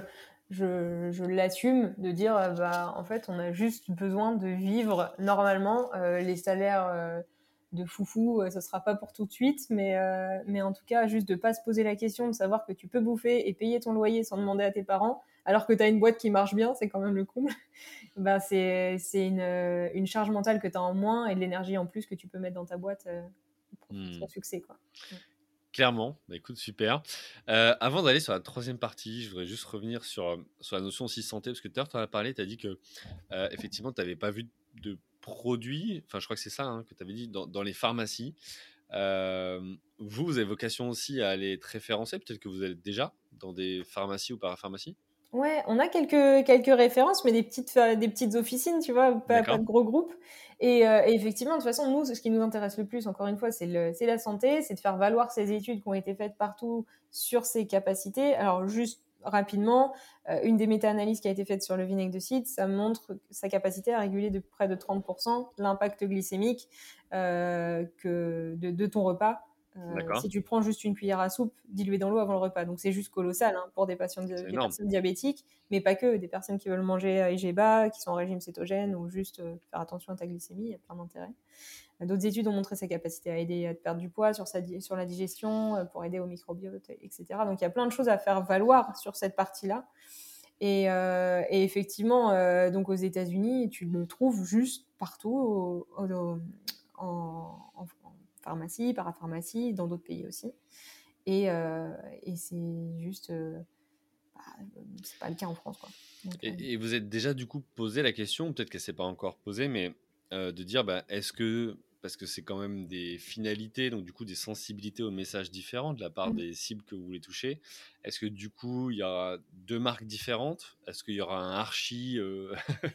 je, je l'assume de dire, euh, bah en fait, on a juste besoin de vivre normalement. Euh, les salaires euh, de foufou, euh, ça sera pas pour tout de suite, mais euh, mais en tout cas, juste de pas se poser la question, de savoir que tu peux bouffer et payer ton loyer sans demander à tes parents, alors que tu as une boîte qui marche bien, c'est quand même le comble. Bah c'est c'est une euh, une charge mentale que tu as en moins et de l'énergie en plus que tu peux mettre dans ta boîte euh, pour faire Hmm. son succès, quoi. Clairement, bah écoute, super. Euh, avant d'aller sur la troisième partie, je voudrais juste revenir sur, euh, sur la notion aussi santé, parce que tout à l'heure, tu en as parlé, tu as dit que euh, effectivement, tu n'avais pas vu de produits, enfin je crois que c'est ça hein, que tu avais dit, dans, dans les pharmacies. Euh, vous, vous avez vocation aussi à aller être référencé, peut-être que vous êtes déjà dans des pharmacies ou parapharmacies. Ouais, on a quelques quelques références, mais des petites fa- des petites officines, tu vois, pas, pas D'accord. de gros groupes. Et, euh, et effectivement, de toute façon, nous, ce qui nous intéresse le plus, encore une fois, c'est le c'est la santé, c'est de faire valoir ces études qui ont été faites partout sur ces capacités. Alors juste rapidement, euh, une des méta-analyses qui a été faite sur le vinaigre de cidre, ça montre sa capacité à réguler de près de trente pour cent l'impact glycémique euh, que de, de ton repas. Euh, D'accord. si tu prends juste une cuillère à soupe diluée dans l'eau avant le repas. Donc c'est juste colossal hein, pour des patients, C'est des énorme. personnes diabétiques, mais pas que, des personnes qui veulent manger à I G bas, qui sont en régime cétogène ou juste euh, faire attention à ta glycémie, il y a plein d'intérêts. D'autres études ont montré sa capacité à aider à perdre du poids, sur, sa, sur la digestion, pour aider au microbiote, et cetera. Donc, il y a plein de choses à faire valoir sur cette partie-là. Et, euh, et effectivement, euh, donc aux États-Unis, tu le trouves juste partout, au, au, au, en, en, en pharmacie, parapharmacie, dans d'autres pays aussi. Et, euh, et c'est juste, euh, bah, c'est pas le cas en France, quoi. Donc, et, euh... et vous êtes déjà du coup posé la question, peut-être qu'elle s'est pas encore posée, mais euh, de dire, bah, est-ce que, parce que c'est quand même des finalités, donc du coup des sensibilités aux messages différents de la part mmh. des cibles que vous voulez toucher, est-ce que du coup il y aura deux marques différentes? Est-ce qu'il y aura un archi euh,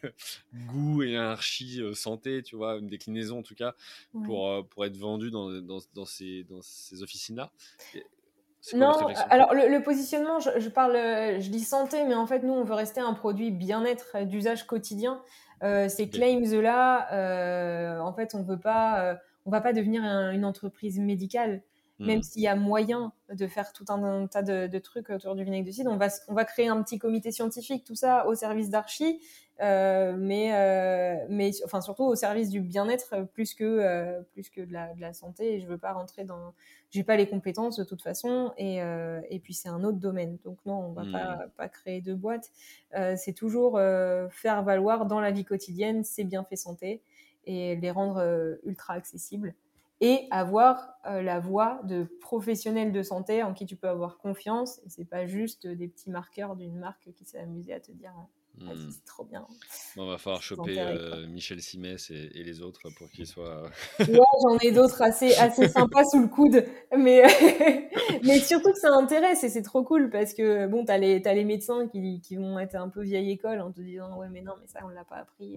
goût et un archi euh, santé, tu vois, une déclinaison en tout cas, Ouais. pour, euh, pour être vendu dans, dans, dans ces, dans ces officines-là? C'est quoi Non, votre réflexion? alors le, le positionnement, je, je parle, je dis santé, mais en fait, nous, on veut rester un produit bien-être euh, d'usage quotidien. Euh, ces Ok. claims-là, euh, en fait, on veut pas, euh, on va pas devenir un- une entreprise médicale, même Hmm. s'il y a moyen de faire tout un, un tas de, de trucs autour du vinaigre de cidre. On va, on va créer un petit comité scientifique, tout ça, au service d'Archi, euh, mais, euh, mais, enfin, surtout au service du bien-être plus que, euh, plus que de la, de la santé. Et je veux pas rentrer dans j'ai pas les compétences de toute façon et, euh, et puis c'est un autre domaine, donc non, on va Hmm. pas, pas créer de boîte. Euh, c'est toujours euh, faire valoir dans la vie quotidienne ces bienfaits santé et les rendre euh, ultra accessibles et avoir euh, la voix de professionnels de santé en qui tu peux avoir confiance, et c'est pas juste des petits marqueurs d'une marque qui s'est amusée à te dire ah, Hmm. c'est trop bien. Bon, va falloir C'est choper enterré, quoi. euh, Michel Simès et, et les autres pour qu'ils soient. Ouais, j'en ai d'autres assez, assez sympas sous le coude, mais, mais surtout que ça intéresse et c'est trop cool parce que bon, t'as les, t'as les médecins qui, qui vont être un peu vieille école en te disant ouais, mais non, mais ça, on l'a pas appris.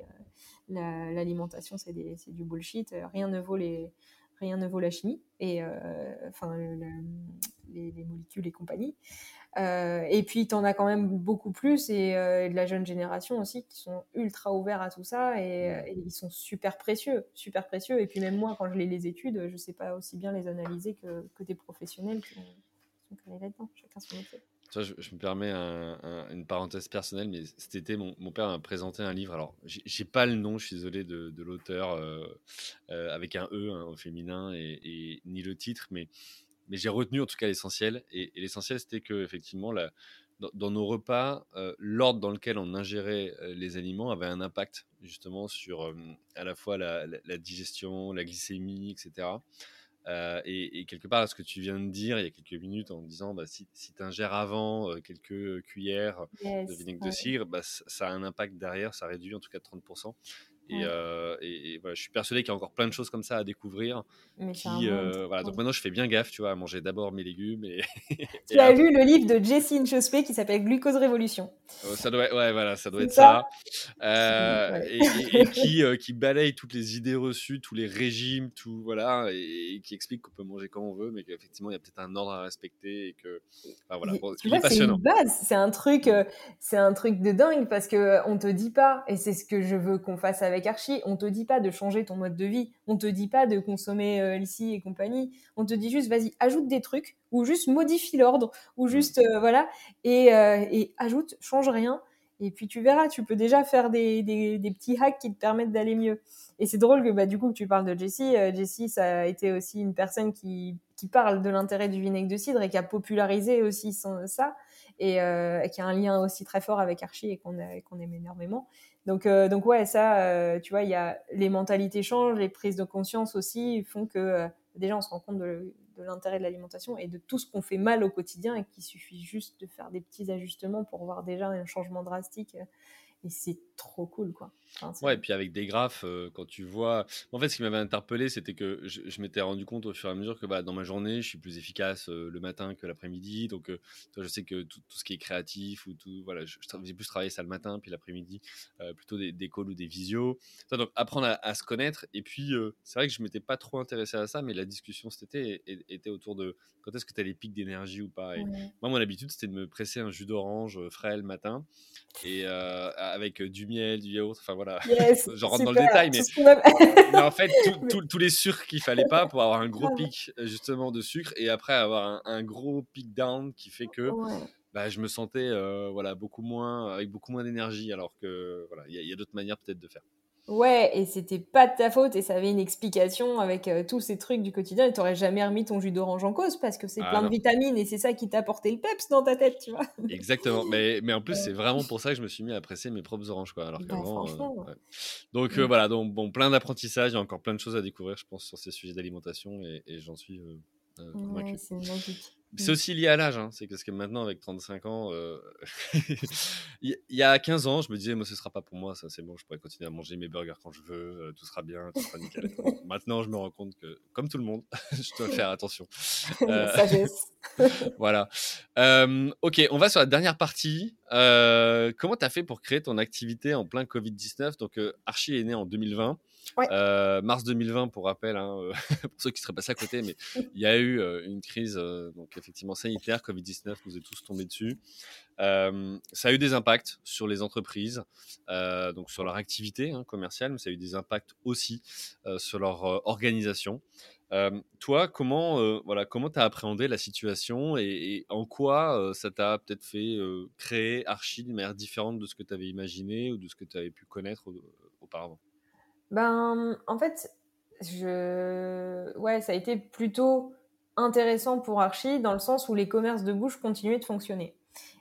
La- l'alimentation, c'est des, c'est du bullshit. Rien ne vaut les, rien ne vaut la chimie et euh, enfin le- le- les, les molécules et compagnie. Euh, et puis, tu en as quand même beaucoup plus, et, euh, et de la jeune génération aussi, qui sont ultra ouverts à tout ça, et, Hmm. et ils sont super précieux, super précieux. Et puis même moi, quand je lis les études, je sais pas aussi bien les analyser que, que des professionnels qui, ont, qui sont calés là-dedans, chacun son métier. Tu vois, je, je me permets un- un- une parenthèse personnelle, mais cet été, mon, mon père m'a présenté un livre. Alors, j'ai j'ai pas le nom, je suis désolé, de, de l'auteur, euh, euh, avec un E hein, au féminin, et, et ni le titre, mais, mais j'ai retenu en tout cas l'essentiel. Et, et l'essentiel, c'était que, effectivement, la, dans, dans nos repas, euh, l'ordre dans lequel on ingérait euh, les aliments avait un impact, justement, sur euh, à la fois la, la, la digestion, la glycémie, et cetera. Euh, et, et quelque part, ce que tu viens de dire il y a quelques minutes en disant bah, si, si tu ingères avant euh, quelques cuillères de Yes, vinaigre de ouais, cidre, bah, ça, ça a un impact derrière, ça réduit en tout cas de trente pour cent. Et, ouais. euh, et, et voilà, je suis persuadé qu'il y a encore plein de choses comme ça à découvrir. Mais c'est un Qui, monde. euh, voilà. Donc Ouais. maintenant, je fais bien gaffe, tu vois, à manger d'abord mes légumes et, Tu et as après. lu le livre de Jessie Inchospé qui s'appelle Glucose Révolution. Oh, ça doit, ouais, voilà, ça doit C'est être ça? ça. Euh, Ouais. et, et, et qui, euh, qui balaye toutes les idées reçues, tous les régimes, tout, voilà, et, et qui explique qu'on peut manger comme on veut, mais qu'effectivement, il y a peut-être un ordre à respecter et que. Enfin, voilà. Et Bon, tu il est vois, c'est une passionnant. base, c'est un truc, Mm. euh, c'est un truc de dingue parce que euh, on te dit pas, et c'est ce que je veux qu'on fasse avec Archie, on te dit pas de changer ton mode de vie, on te dit pas de consommer euh, ici et compagnie, on te dit juste vas-y, ajoute des trucs, ou juste modifie l'ordre, ou Mm. juste euh, voilà, et, euh, et ajoute, change rien, et puis tu verras, tu peux déjà faire des, des, des petits hacks qui te permettent d'aller mieux. Et c'est drôle que bah, du coup que tu parles de Jessie. Euh, Jessie, ça a été aussi une personne qui, qui parle de l'intérêt du vinaigre de cidre et qui a popularisé aussi son, ça, et, euh, et qui a un lien aussi très fort avec Archie et qu'on, a, qu'on aime énormément. Donc, euh, donc ouais, ça, euh, tu vois, il y a les mentalités changent, les prises de conscience aussi font que euh, déjà on se rend compte de, de l'intérêt de l'alimentation et de tout ce qu'on fait mal au quotidien et qu'il suffit juste de faire des petits ajustements pour voir déjà un changement drastique. Et c'est trop cool, quoi. Enfin, c'est... Ouais, et puis avec des graphes, euh, quand tu vois. En fait, ce qui m'avait interpellé, c'était que je, je m'étais rendu compte au fur et à mesure que bah, dans ma journée, je suis plus efficace euh, le matin que l'après-midi. Donc, euh, toi, je sais que tout, tout ce qui est créatif ou tout, voilà, je, je tra- j'ai plus travaillé ça le matin, puis l'après-midi, euh, plutôt des, des calls ou des visios. Toi, donc, apprendre à, à se connaître. Et puis, euh, c'est vrai que je m'étais pas trop intéressé à ça, mais la discussion cet été é- é- était autour de quand est-ce que tu as les pics d'énergie ou pas. Et Ouais. moi, mon habitude, c'était de me presser un jus d'orange euh, frais le matin et euh, avec euh, du miel, du yaourt, enfin voilà, Yes, je rentre dans le super. détail, Tout mais, ce qu'on a... mais en fait, tout- Mais tout- tous les sucres qu'il fallait pas pour avoir un gros grave. pic euh, justement de sucre et après avoir un, un gros pic down qui fait que Ouais. bah, je me sentais euh, voilà, beaucoup moins, avec beaucoup moins d'énergie alors que voilà, il y, a- il y a d'autres manières peut-être de faire. Ouais, et c'était pas de ta faute et ça avait une explication avec euh, tous ces trucs du quotidien et t'aurais jamais remis ton jus d'orange en cause parce que c'est Ah plein de non. vitamines et c'est ça qui t'a apporté le peps dans ta tête, tu vois. Exactement, mais mais en plus, c'est Euh, vraiment pour ça que je me suis mis à presser mes propres oranges, quoi, alors Bah qu'avant, heu, franchement. ouais. Donc heu, Mm. voilà, donc bon, plein d'apprentissages, il y a encore plein de choses à découvrir, je pense, sur ces sujets d'alimentation et et j'en suis, heu heu, Ouais, convaincu. c'est magique. C'est Mm. aussi lié à l'âge, hein, c'est parce que maintenant avec trente-cinq ans, heu, il il y a quinze ans, je me disais: «Moi, ce sera pas pour moi ça, c'est bon, je pourrais continuer à manger mes burgers quand je veux, heu, tout sera bien, tout sera nickel». Bon, maintenant, je me rends compte que, comme tout le monde, je dois faire attention. La Heu sagesse. Voilà. Euh, ok, on va sur la dernière partie. Euh, comment tu as fait pour créer ton activité en plein covid dix-neuf? Donc, euh, Archie est né en deux mille vingt. Ouais. Euh, mars deux mille vingt, pour rappel, hein, euh, pour ceux qui seraient passés à côté, mais il y a eu euh, une crise euh, donc effectivement sanitaire. covid dix-neuf nous est tous tombé dessus. Euh, ça a eu des impacts sur les entreprises, euh, donc sur leur activité hein, commerciale, mais ça a eu des impacts aussi euh, sur leur euh, organisation. Euh, toi, comment euh, voilà, comment t'as appréhendé la situation et, et en quoi euh, ça t'a peut-être fait euh, créer Archie d'une manière différente de ce que tu avais imaginé ou de ce que tu avais pu connaître euh, auparavant? Ben, en fait, je... ouais, ça a été plutôt intéressant pour Archie dans le sens où les commerces de bouche continuaient de fonctionner.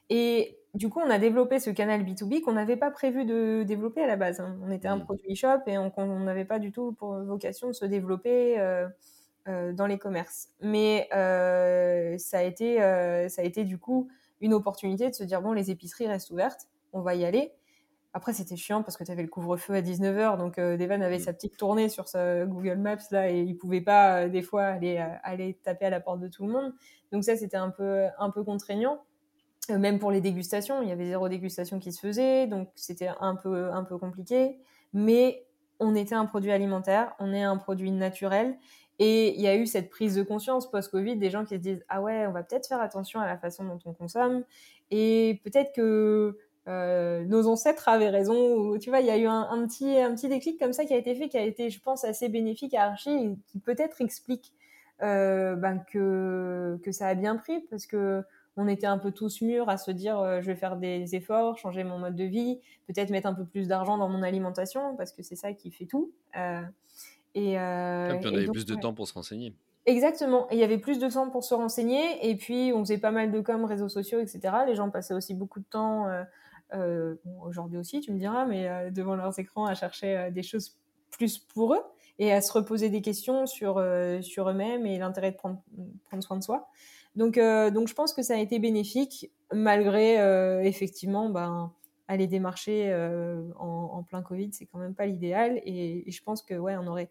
Et du coup, on a développé ce canal B deux B qu'on n'avait pas prévu de développer à la base, hein. On était un Hmm. produit shop et on on n'avait pas du tout pour vocation de se développer euh, euh, dans les commerces. Mais euh, ça a été, euh, ça a été du coup une opportunité de se dire bon, les épiceries restent ouvertes, on va y aller. Après, c'était chiant parce que tu avais le couvre-feu à dix-neuf heures, donc euh, Devan avait Hmm. sa petite tournée sur sa Google Maps là et il pouvait pas euh, des fois aller euh, aller taper à la porte de tout le monde. Donc ça, c'était un peu un peu contraignant. Euh, même pour les dégustations, il y avait zéro dégustation qui se faisait, donc c'était un peu un peu compliqué. Mais on était un produit alimentaire, on est un produit naturel. Et il y a eu cette prise de conscience post-Covid, des gens qui se disent ah ouais, on va peut-être faire attention à la façon dont on consomme, et peut-être que euh, nos ancêtres avaient raison. Ou, tu vois, il y a eu un, un petit un petit déclic comme ça qui a été fait, qui a été, je pense, assez bénéfique à Archie, et qui peut-être explique euh, ben, que que ça a bien pris, parce que on était un peu tous mûrs à se dire euh, je vais faire des efforts, changer mon mode de vie, peut-être mettre un peu plus d'argent dans mon alimentation, parce que c'est ça qui fait tout. Euh, et, Ah, euh, puis on et avait donc, plus de ouais. temps pour se renseigner. Exactement. Et il y avait plus de temps pour se renseigner. Et puis, on faisait pas mal de com, réseaux sociaux, et cetera. Les gens passaient aussi beaucoup de temps, euh, euh, bon, aujourd'hui aussi, tu me diras, mais euh, devant leurs écrans à chercher euh, des choses plus pour eux et à se reposer des questions sur, euh, sur eux-mêmes et l'intérêt de prendre, prendre soin de soi. Donc, euh, donc, je pense que ça a été bénéfique, malgré, euh, effectivement, ben, aller démarcher euh, en, en plein Covid, c'est quand même pas l'idéal. Et, et je pense que, ouais, on aurait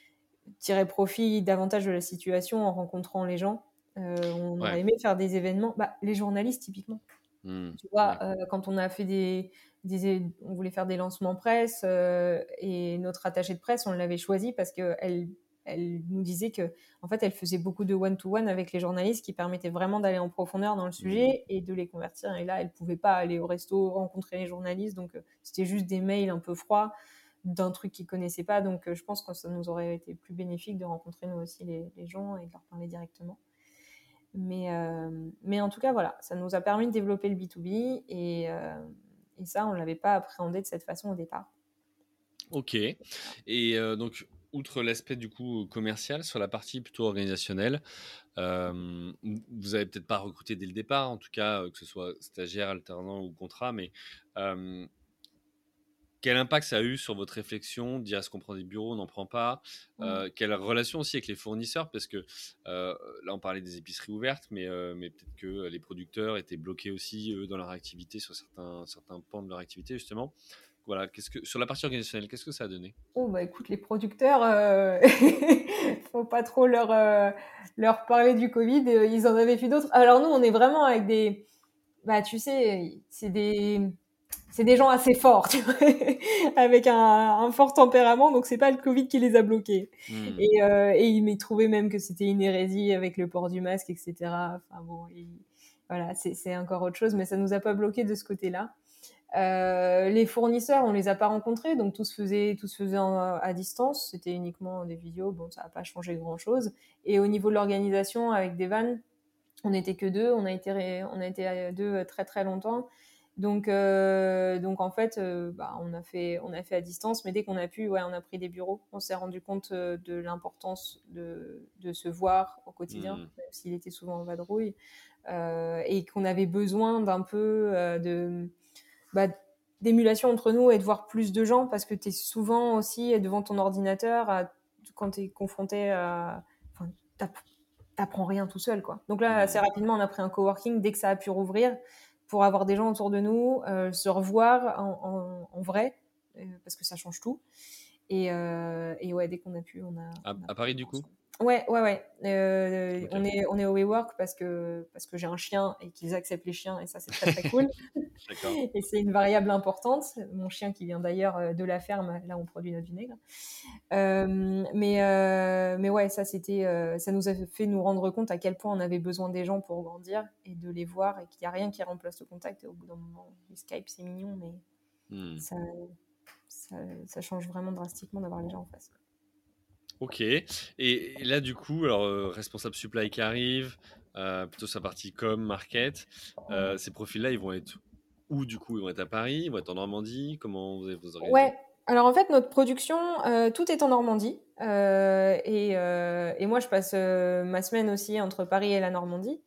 tirer profit davantage de la situation en rencontrant les gens. Euh, on Ouais. aurait aimé faire des événements, bah, les journalistes typiquement. Hmm. Tu vois, Ouais. euh, quand on a fait des, des, on voulait faire des lancements presse euh, et notre attachée de presse, on l'avait choisie parce que elle, elle nous disait que, en fait, elle faisait beaucoup de one-to-one avec les journalistes qui permettaient vraiment d'aller en profondeur dans le Hmm. sujet et de les convertir. Et là, elle pouvait pas aller au resto rencontrer les journalistes, donc euh, c'était juste des mails un peu froids d'un truc qu'ils connaissaient pas. Donc, euh, je pense que ça nous aurait été plus bénéfique de rencontrer nous aussi les, les gens et de leur parler directement. Mais, euh, mais en tout cas, voilà, ça nous a permis de développer le B deux B et, euh, et ça, on ne l'avait pas appréhendé de cette façon au départ. Ok. Et euh, donc, outre l'aspect du coup commercial, sur la partie plutôt organisationnelle, euh, vous avez peut-être pas recruté dès le départ, en tout cas, euh, que ce soit stagiaire, alternant ou contrat, mais euh, quel impact ça a eu sur votre réflexion, dire est-ce qu'on prend des bureaux, on n'en prend pas, Mm. euh, quelle relation aussi avec les fournisseurs, parce que euh, là on parlait des épiceries ouvertes, mais, euh, mais peut-être que les producteurs étaient bloqués aussi eux, dans leur activité, sur certains, certains pans de leur activité justement. Voilà, qu'est-ce que, sur la partie organisationnelle, qu'est-ce que ça a donné? Oh, bah écoute, les producteurs, euh... faut pas trop leur, euh, leur parler du Covid, euh, ils en avaient fait d'autres. Alors nous, on est vraiment avec des... Bah tu sais, c'est des... C'est des gens assez forts, tu vois, avec un, un fort tempérament, donc c'est pas le Covid qui les a bloqués. Hmm. Et, euh, et ils trouvaient même que c'était une hérésie avec le port du masque, et cetera. Enfin bon, et, voilà, c'est, c'est encore autre chose, mais ça nous a pas bloqué de ce côté-là. Euh, les fournisseurs, on les a pas rencontrés, donc tout se faisait, tout se faisait en, à distance. C'était uniquement des vidéos, bon, ça n'a pas changé grand-chose. Et au niveau de l'organisation, avec des vannes, on n'était que deux, on a été, on a été deux très très longtemps. Donc, euh, donc en fait, euh, bah, on a fait, on a fait à distance, mais dès qu'on a pu, ouais, on a pris des bureaux. On s'est rendu compte euh, de l'importance de, de se voir au quotidien, Mmh. même s'il était souvent en vadrouille, euh, et qu'on avait besoin d'un peu euh, de, bah, d'émulation entre nous et de voir plus de gens, parce que tu es souvent aussi devant ton ordinateur à, quand tu es confronté à... Enfin, t'app- t'apprends rien tout seul, quoi. Donc là, assez Mmh. rapidement, on a pris un coworking dès que ça a pu rouvrir pour avoir des gens autour de nous, euh, se revoir en, en, en vrai, euh, parce que ça change tout. Et, euh, et ouais, dès qu'on a pu, on a, À, on a à pris Paris, des du gens coup? ensemble. Ouais, ouais, ouais. Euh, Ok. on est, on est au WeWork parce que, parce que j'ai un chien et qu'ils acceptent les chiens, et ça, c'est très, très cool. D'accord. Et c'est une variable importante. Mon chien qui vient d'ailleurs euh, de la ferme, là, on produit notre vinaigre. Euh, mais, euh, mais ouais, ça, c'était, euh, ça nous a fait nous rendre compte à quel point on avait besoin des gens pour grandir et de les voir, et qu'il n'y a rien qui remplace le contact. Et au bout d'un moment, les Skype, c'est mignon, mais Hmm. ça, ça, ça change vraiment drastiquement d'avoir les gens en face. Ok. Et, et là, du coup, alors, euh, responsable supply qui arrive, euh, plutôt sa partie com, market, euh, ces profils-là, ils vont être où, du coup? Ils vont être à Paris, ils vont être en Normandie? Comment vous allez vous organiser? Ouais. Alors en fait, notre production, euh, tout est en Normandie. Euh, et, euh, et moi, je passe euh, ma semaine aussi entre Paris et la Normandie.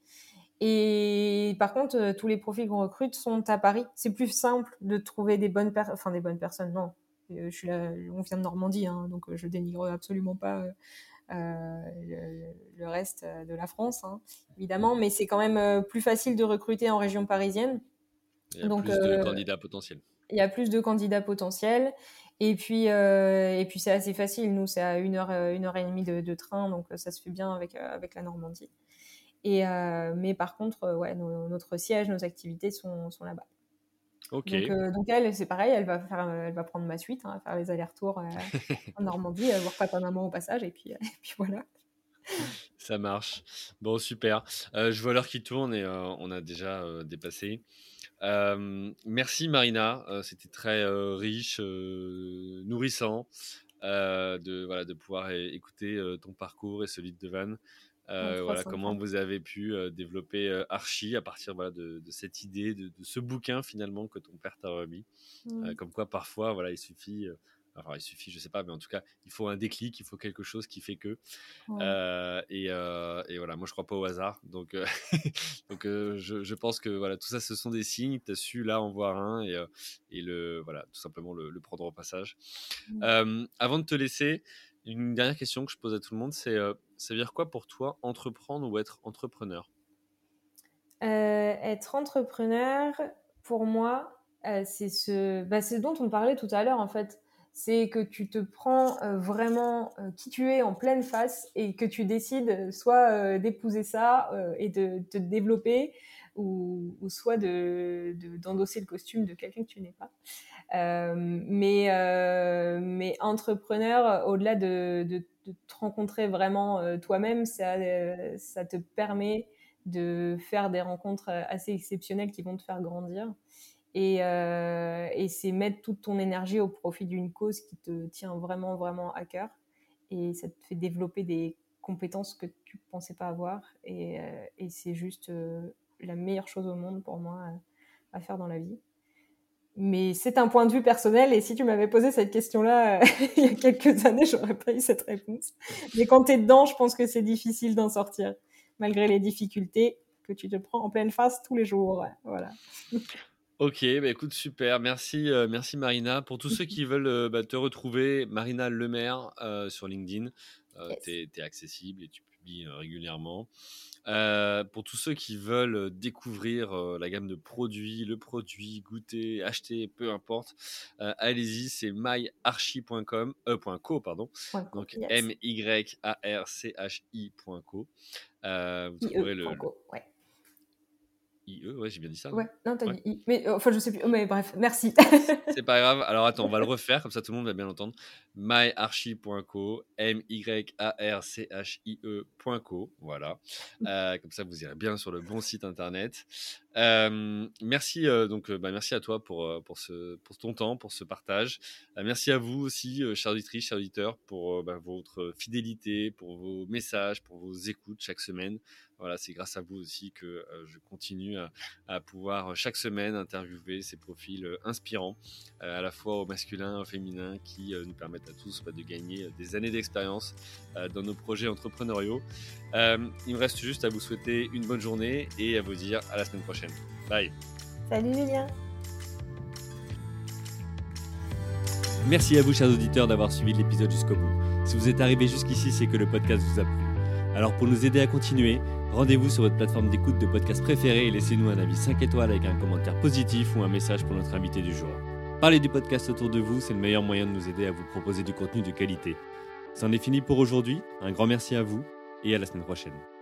Et par contre, euh, tous les profils qu'on recrute sont à Paris. C'est plus simple de trouver des bonnes personnes, enfin des bonnes personnes, non. Euh, je suis là, on vient de Normandie, hein, donc euh, je dénigre absolument pas euh, euh, le, le reste euh, de la France, hein, évidemment, mais c'est quand même euh, plus facile de recruter en région parisienne. Il y a Donc, plus de euh, candidats potentiels. il y a plus de candidats potentiels. Et puis, euh, et puis c'est assez facile. Nous, c'est à une heure, euh, une heure et demie de, de train, donc euh, ça se fait bien avec, euh, avec la Normandie. Et, euh, mais par contre, euh, ouais, nos- notre siège, nos activités sont, sont là-bas. Ok. Donc, euh, donc elle, c'est pareil, elle va, faire, euh, elle va prendre ma suite, hein, faire les allers-retours euh, en Normandie, euh, voir papa-maman au passage, et puis, euh, et puis voilà. Ça marche. Bon, super. Euh, je vois l'heure qui tourne et euh, on a déjà euh, dépassé. Euh, merci Marina, Euh, c'était très euh, riche, euh, nourrissant euh, de, voilà, de pouvoir é- écouter euh, ton parcours et celui de Devan. Ouais, Euh, trop voilà, comment sympa. vous avez pu euh, développer euh, Archie à partir voilà, de, de cette idée, de, de ce bouquin finalement que ton père t'a remis. Euh, Mm. comme quoi parfois voilà, il suffit, euh, alors il suffit, je sais pas, mais en tout cas, il faut un déclic, il faut quelque chose qui fait que. Ouais. Euh, et, euh, et voilà, moi je crois pas au hasard, donc, euh, donc euh, je, je pense que voilà, tout ça ce sont des signes. Tu as su là en voir un et, euh, et le, voilà, tout simplement le, le prendre au passage. Mm. Euh, avant de te laisser, une dernière question que je pose à tout le monde, c'est euh, ça veut dire quoi pour toi entreprendre ou être entrepreneur? Euh, être entrepreneur, pour moi, euh, c'est ce, bah, c'est ce dont on parlait tout à l'heure en fait. C'est que tu te prends euh, vraiment euh, qui tu es en pleine face, et que tu décides euh, soit euh, d'épouser ça euh, et de te développer, ou, ou soit de, de- d'endosser le costume de quelqu'un que tu n'es pas. Euh, mais, euh, mais entrepreneur, au-delà de, de, de te rencontrer vraiment euh, toi-même, ça, euh, ça te permet de faire des rencontres assez exceptionnelles qui vont te faire grandir. Et, euh, et c'est mettre toute ton énergie au profit d'une cause qui te tient vraiment, vraiment à cœur. Et ça te fait développer des compétences que tu ne pensais pas avoir. Et, euh, et c'est juste euh, la meilleure chose au monde pour moi à, à faire dans la vie. Mais c'est un point de vue personnel, et si tu m'avais posé cette question-là euh, il y a quelques années, j'aurais pas eu cette réponse. Mais quand tu es dedans, je pense que c'est difficile d'en sortir, malgré les difficultés que tu te prends en pleine face tous les jours. Voilà. Ok, bah écoute, super. Merci, euh, merci Marina. Pour tous ceux qui veulent euh, bah, te retrouver, Marina Lemaire euh, sur LinkedIn, euh, Yes. tu es accessible et tu publies euh, régulièrement. Euh, pour tous ceux qui veulent découvrir euh, la gamme de produits, le produit, goûter, acheter, peu importe, euh, allez-y, c'est my archi point com, euh, point .co, pardon. Point co. Donc Yes. M Y A R C H I point co. Euh, vous I E. trouverez le, Point le co. Ouais. I E, ouais, j'ai bien dit ça, non? Ouais. Non, t'as Ouais. dit I. Mais euh, enfin, je sais plus. Oh, mais bref, merci. C'est pas grave. Alors attends, on va le refaire, comme ça tout le monde va bien l'entendre. my archi point co, M Y A R C H I E point co. Voilà. Euh, comme ça, vous irez bien sur le bon site internet. Euh, merci, euh, donc, euh, bah, merci à toi pour, euh, pour, ce, pour ton temps, pour ce partage. Euh, merci à vous aussi, euh, chers auditrices, chers auditeurs, pour euh, bah, votre fidélité, pour vos messages, pour vos écoutes chaque semaine. Voilà, c'est grâce à vous aussi que euh, je continue à, à pouvoir chaque semaine interviewer ces profils euh, inspirants, euh, à la fois au masculin, au féminin, qui euh, nous permettent à tous bah, de gagner des années d'expérience euh, dans nos projets entrepreneuriaux. Euh, il me reste juste à vous souhaiter une bonne journée et à vous dire à la semaine prochaine. Bye. Salut Julien. Merci à vous, chers auditeurs, d'avoir suivi l'épisode jusqu'au bout. Si vous êtes arrivés jusqu'ici, c'est que le podcast vous a plu. Alors pour nous aider à continuer, rendez-vous sur votre plateforme d'écoute de podcast préférée et laissez-nous un avis cinq étoiles avec un commentaire positif ou un message pour notre invité du jour. Parlez du podcast autour de vous, c'est le meilleur moyen de nous aider à vous proposer du contenu de qualité. C'en est fini pour aujourd'hui, un grand merci à vous et à la semaine prochaine.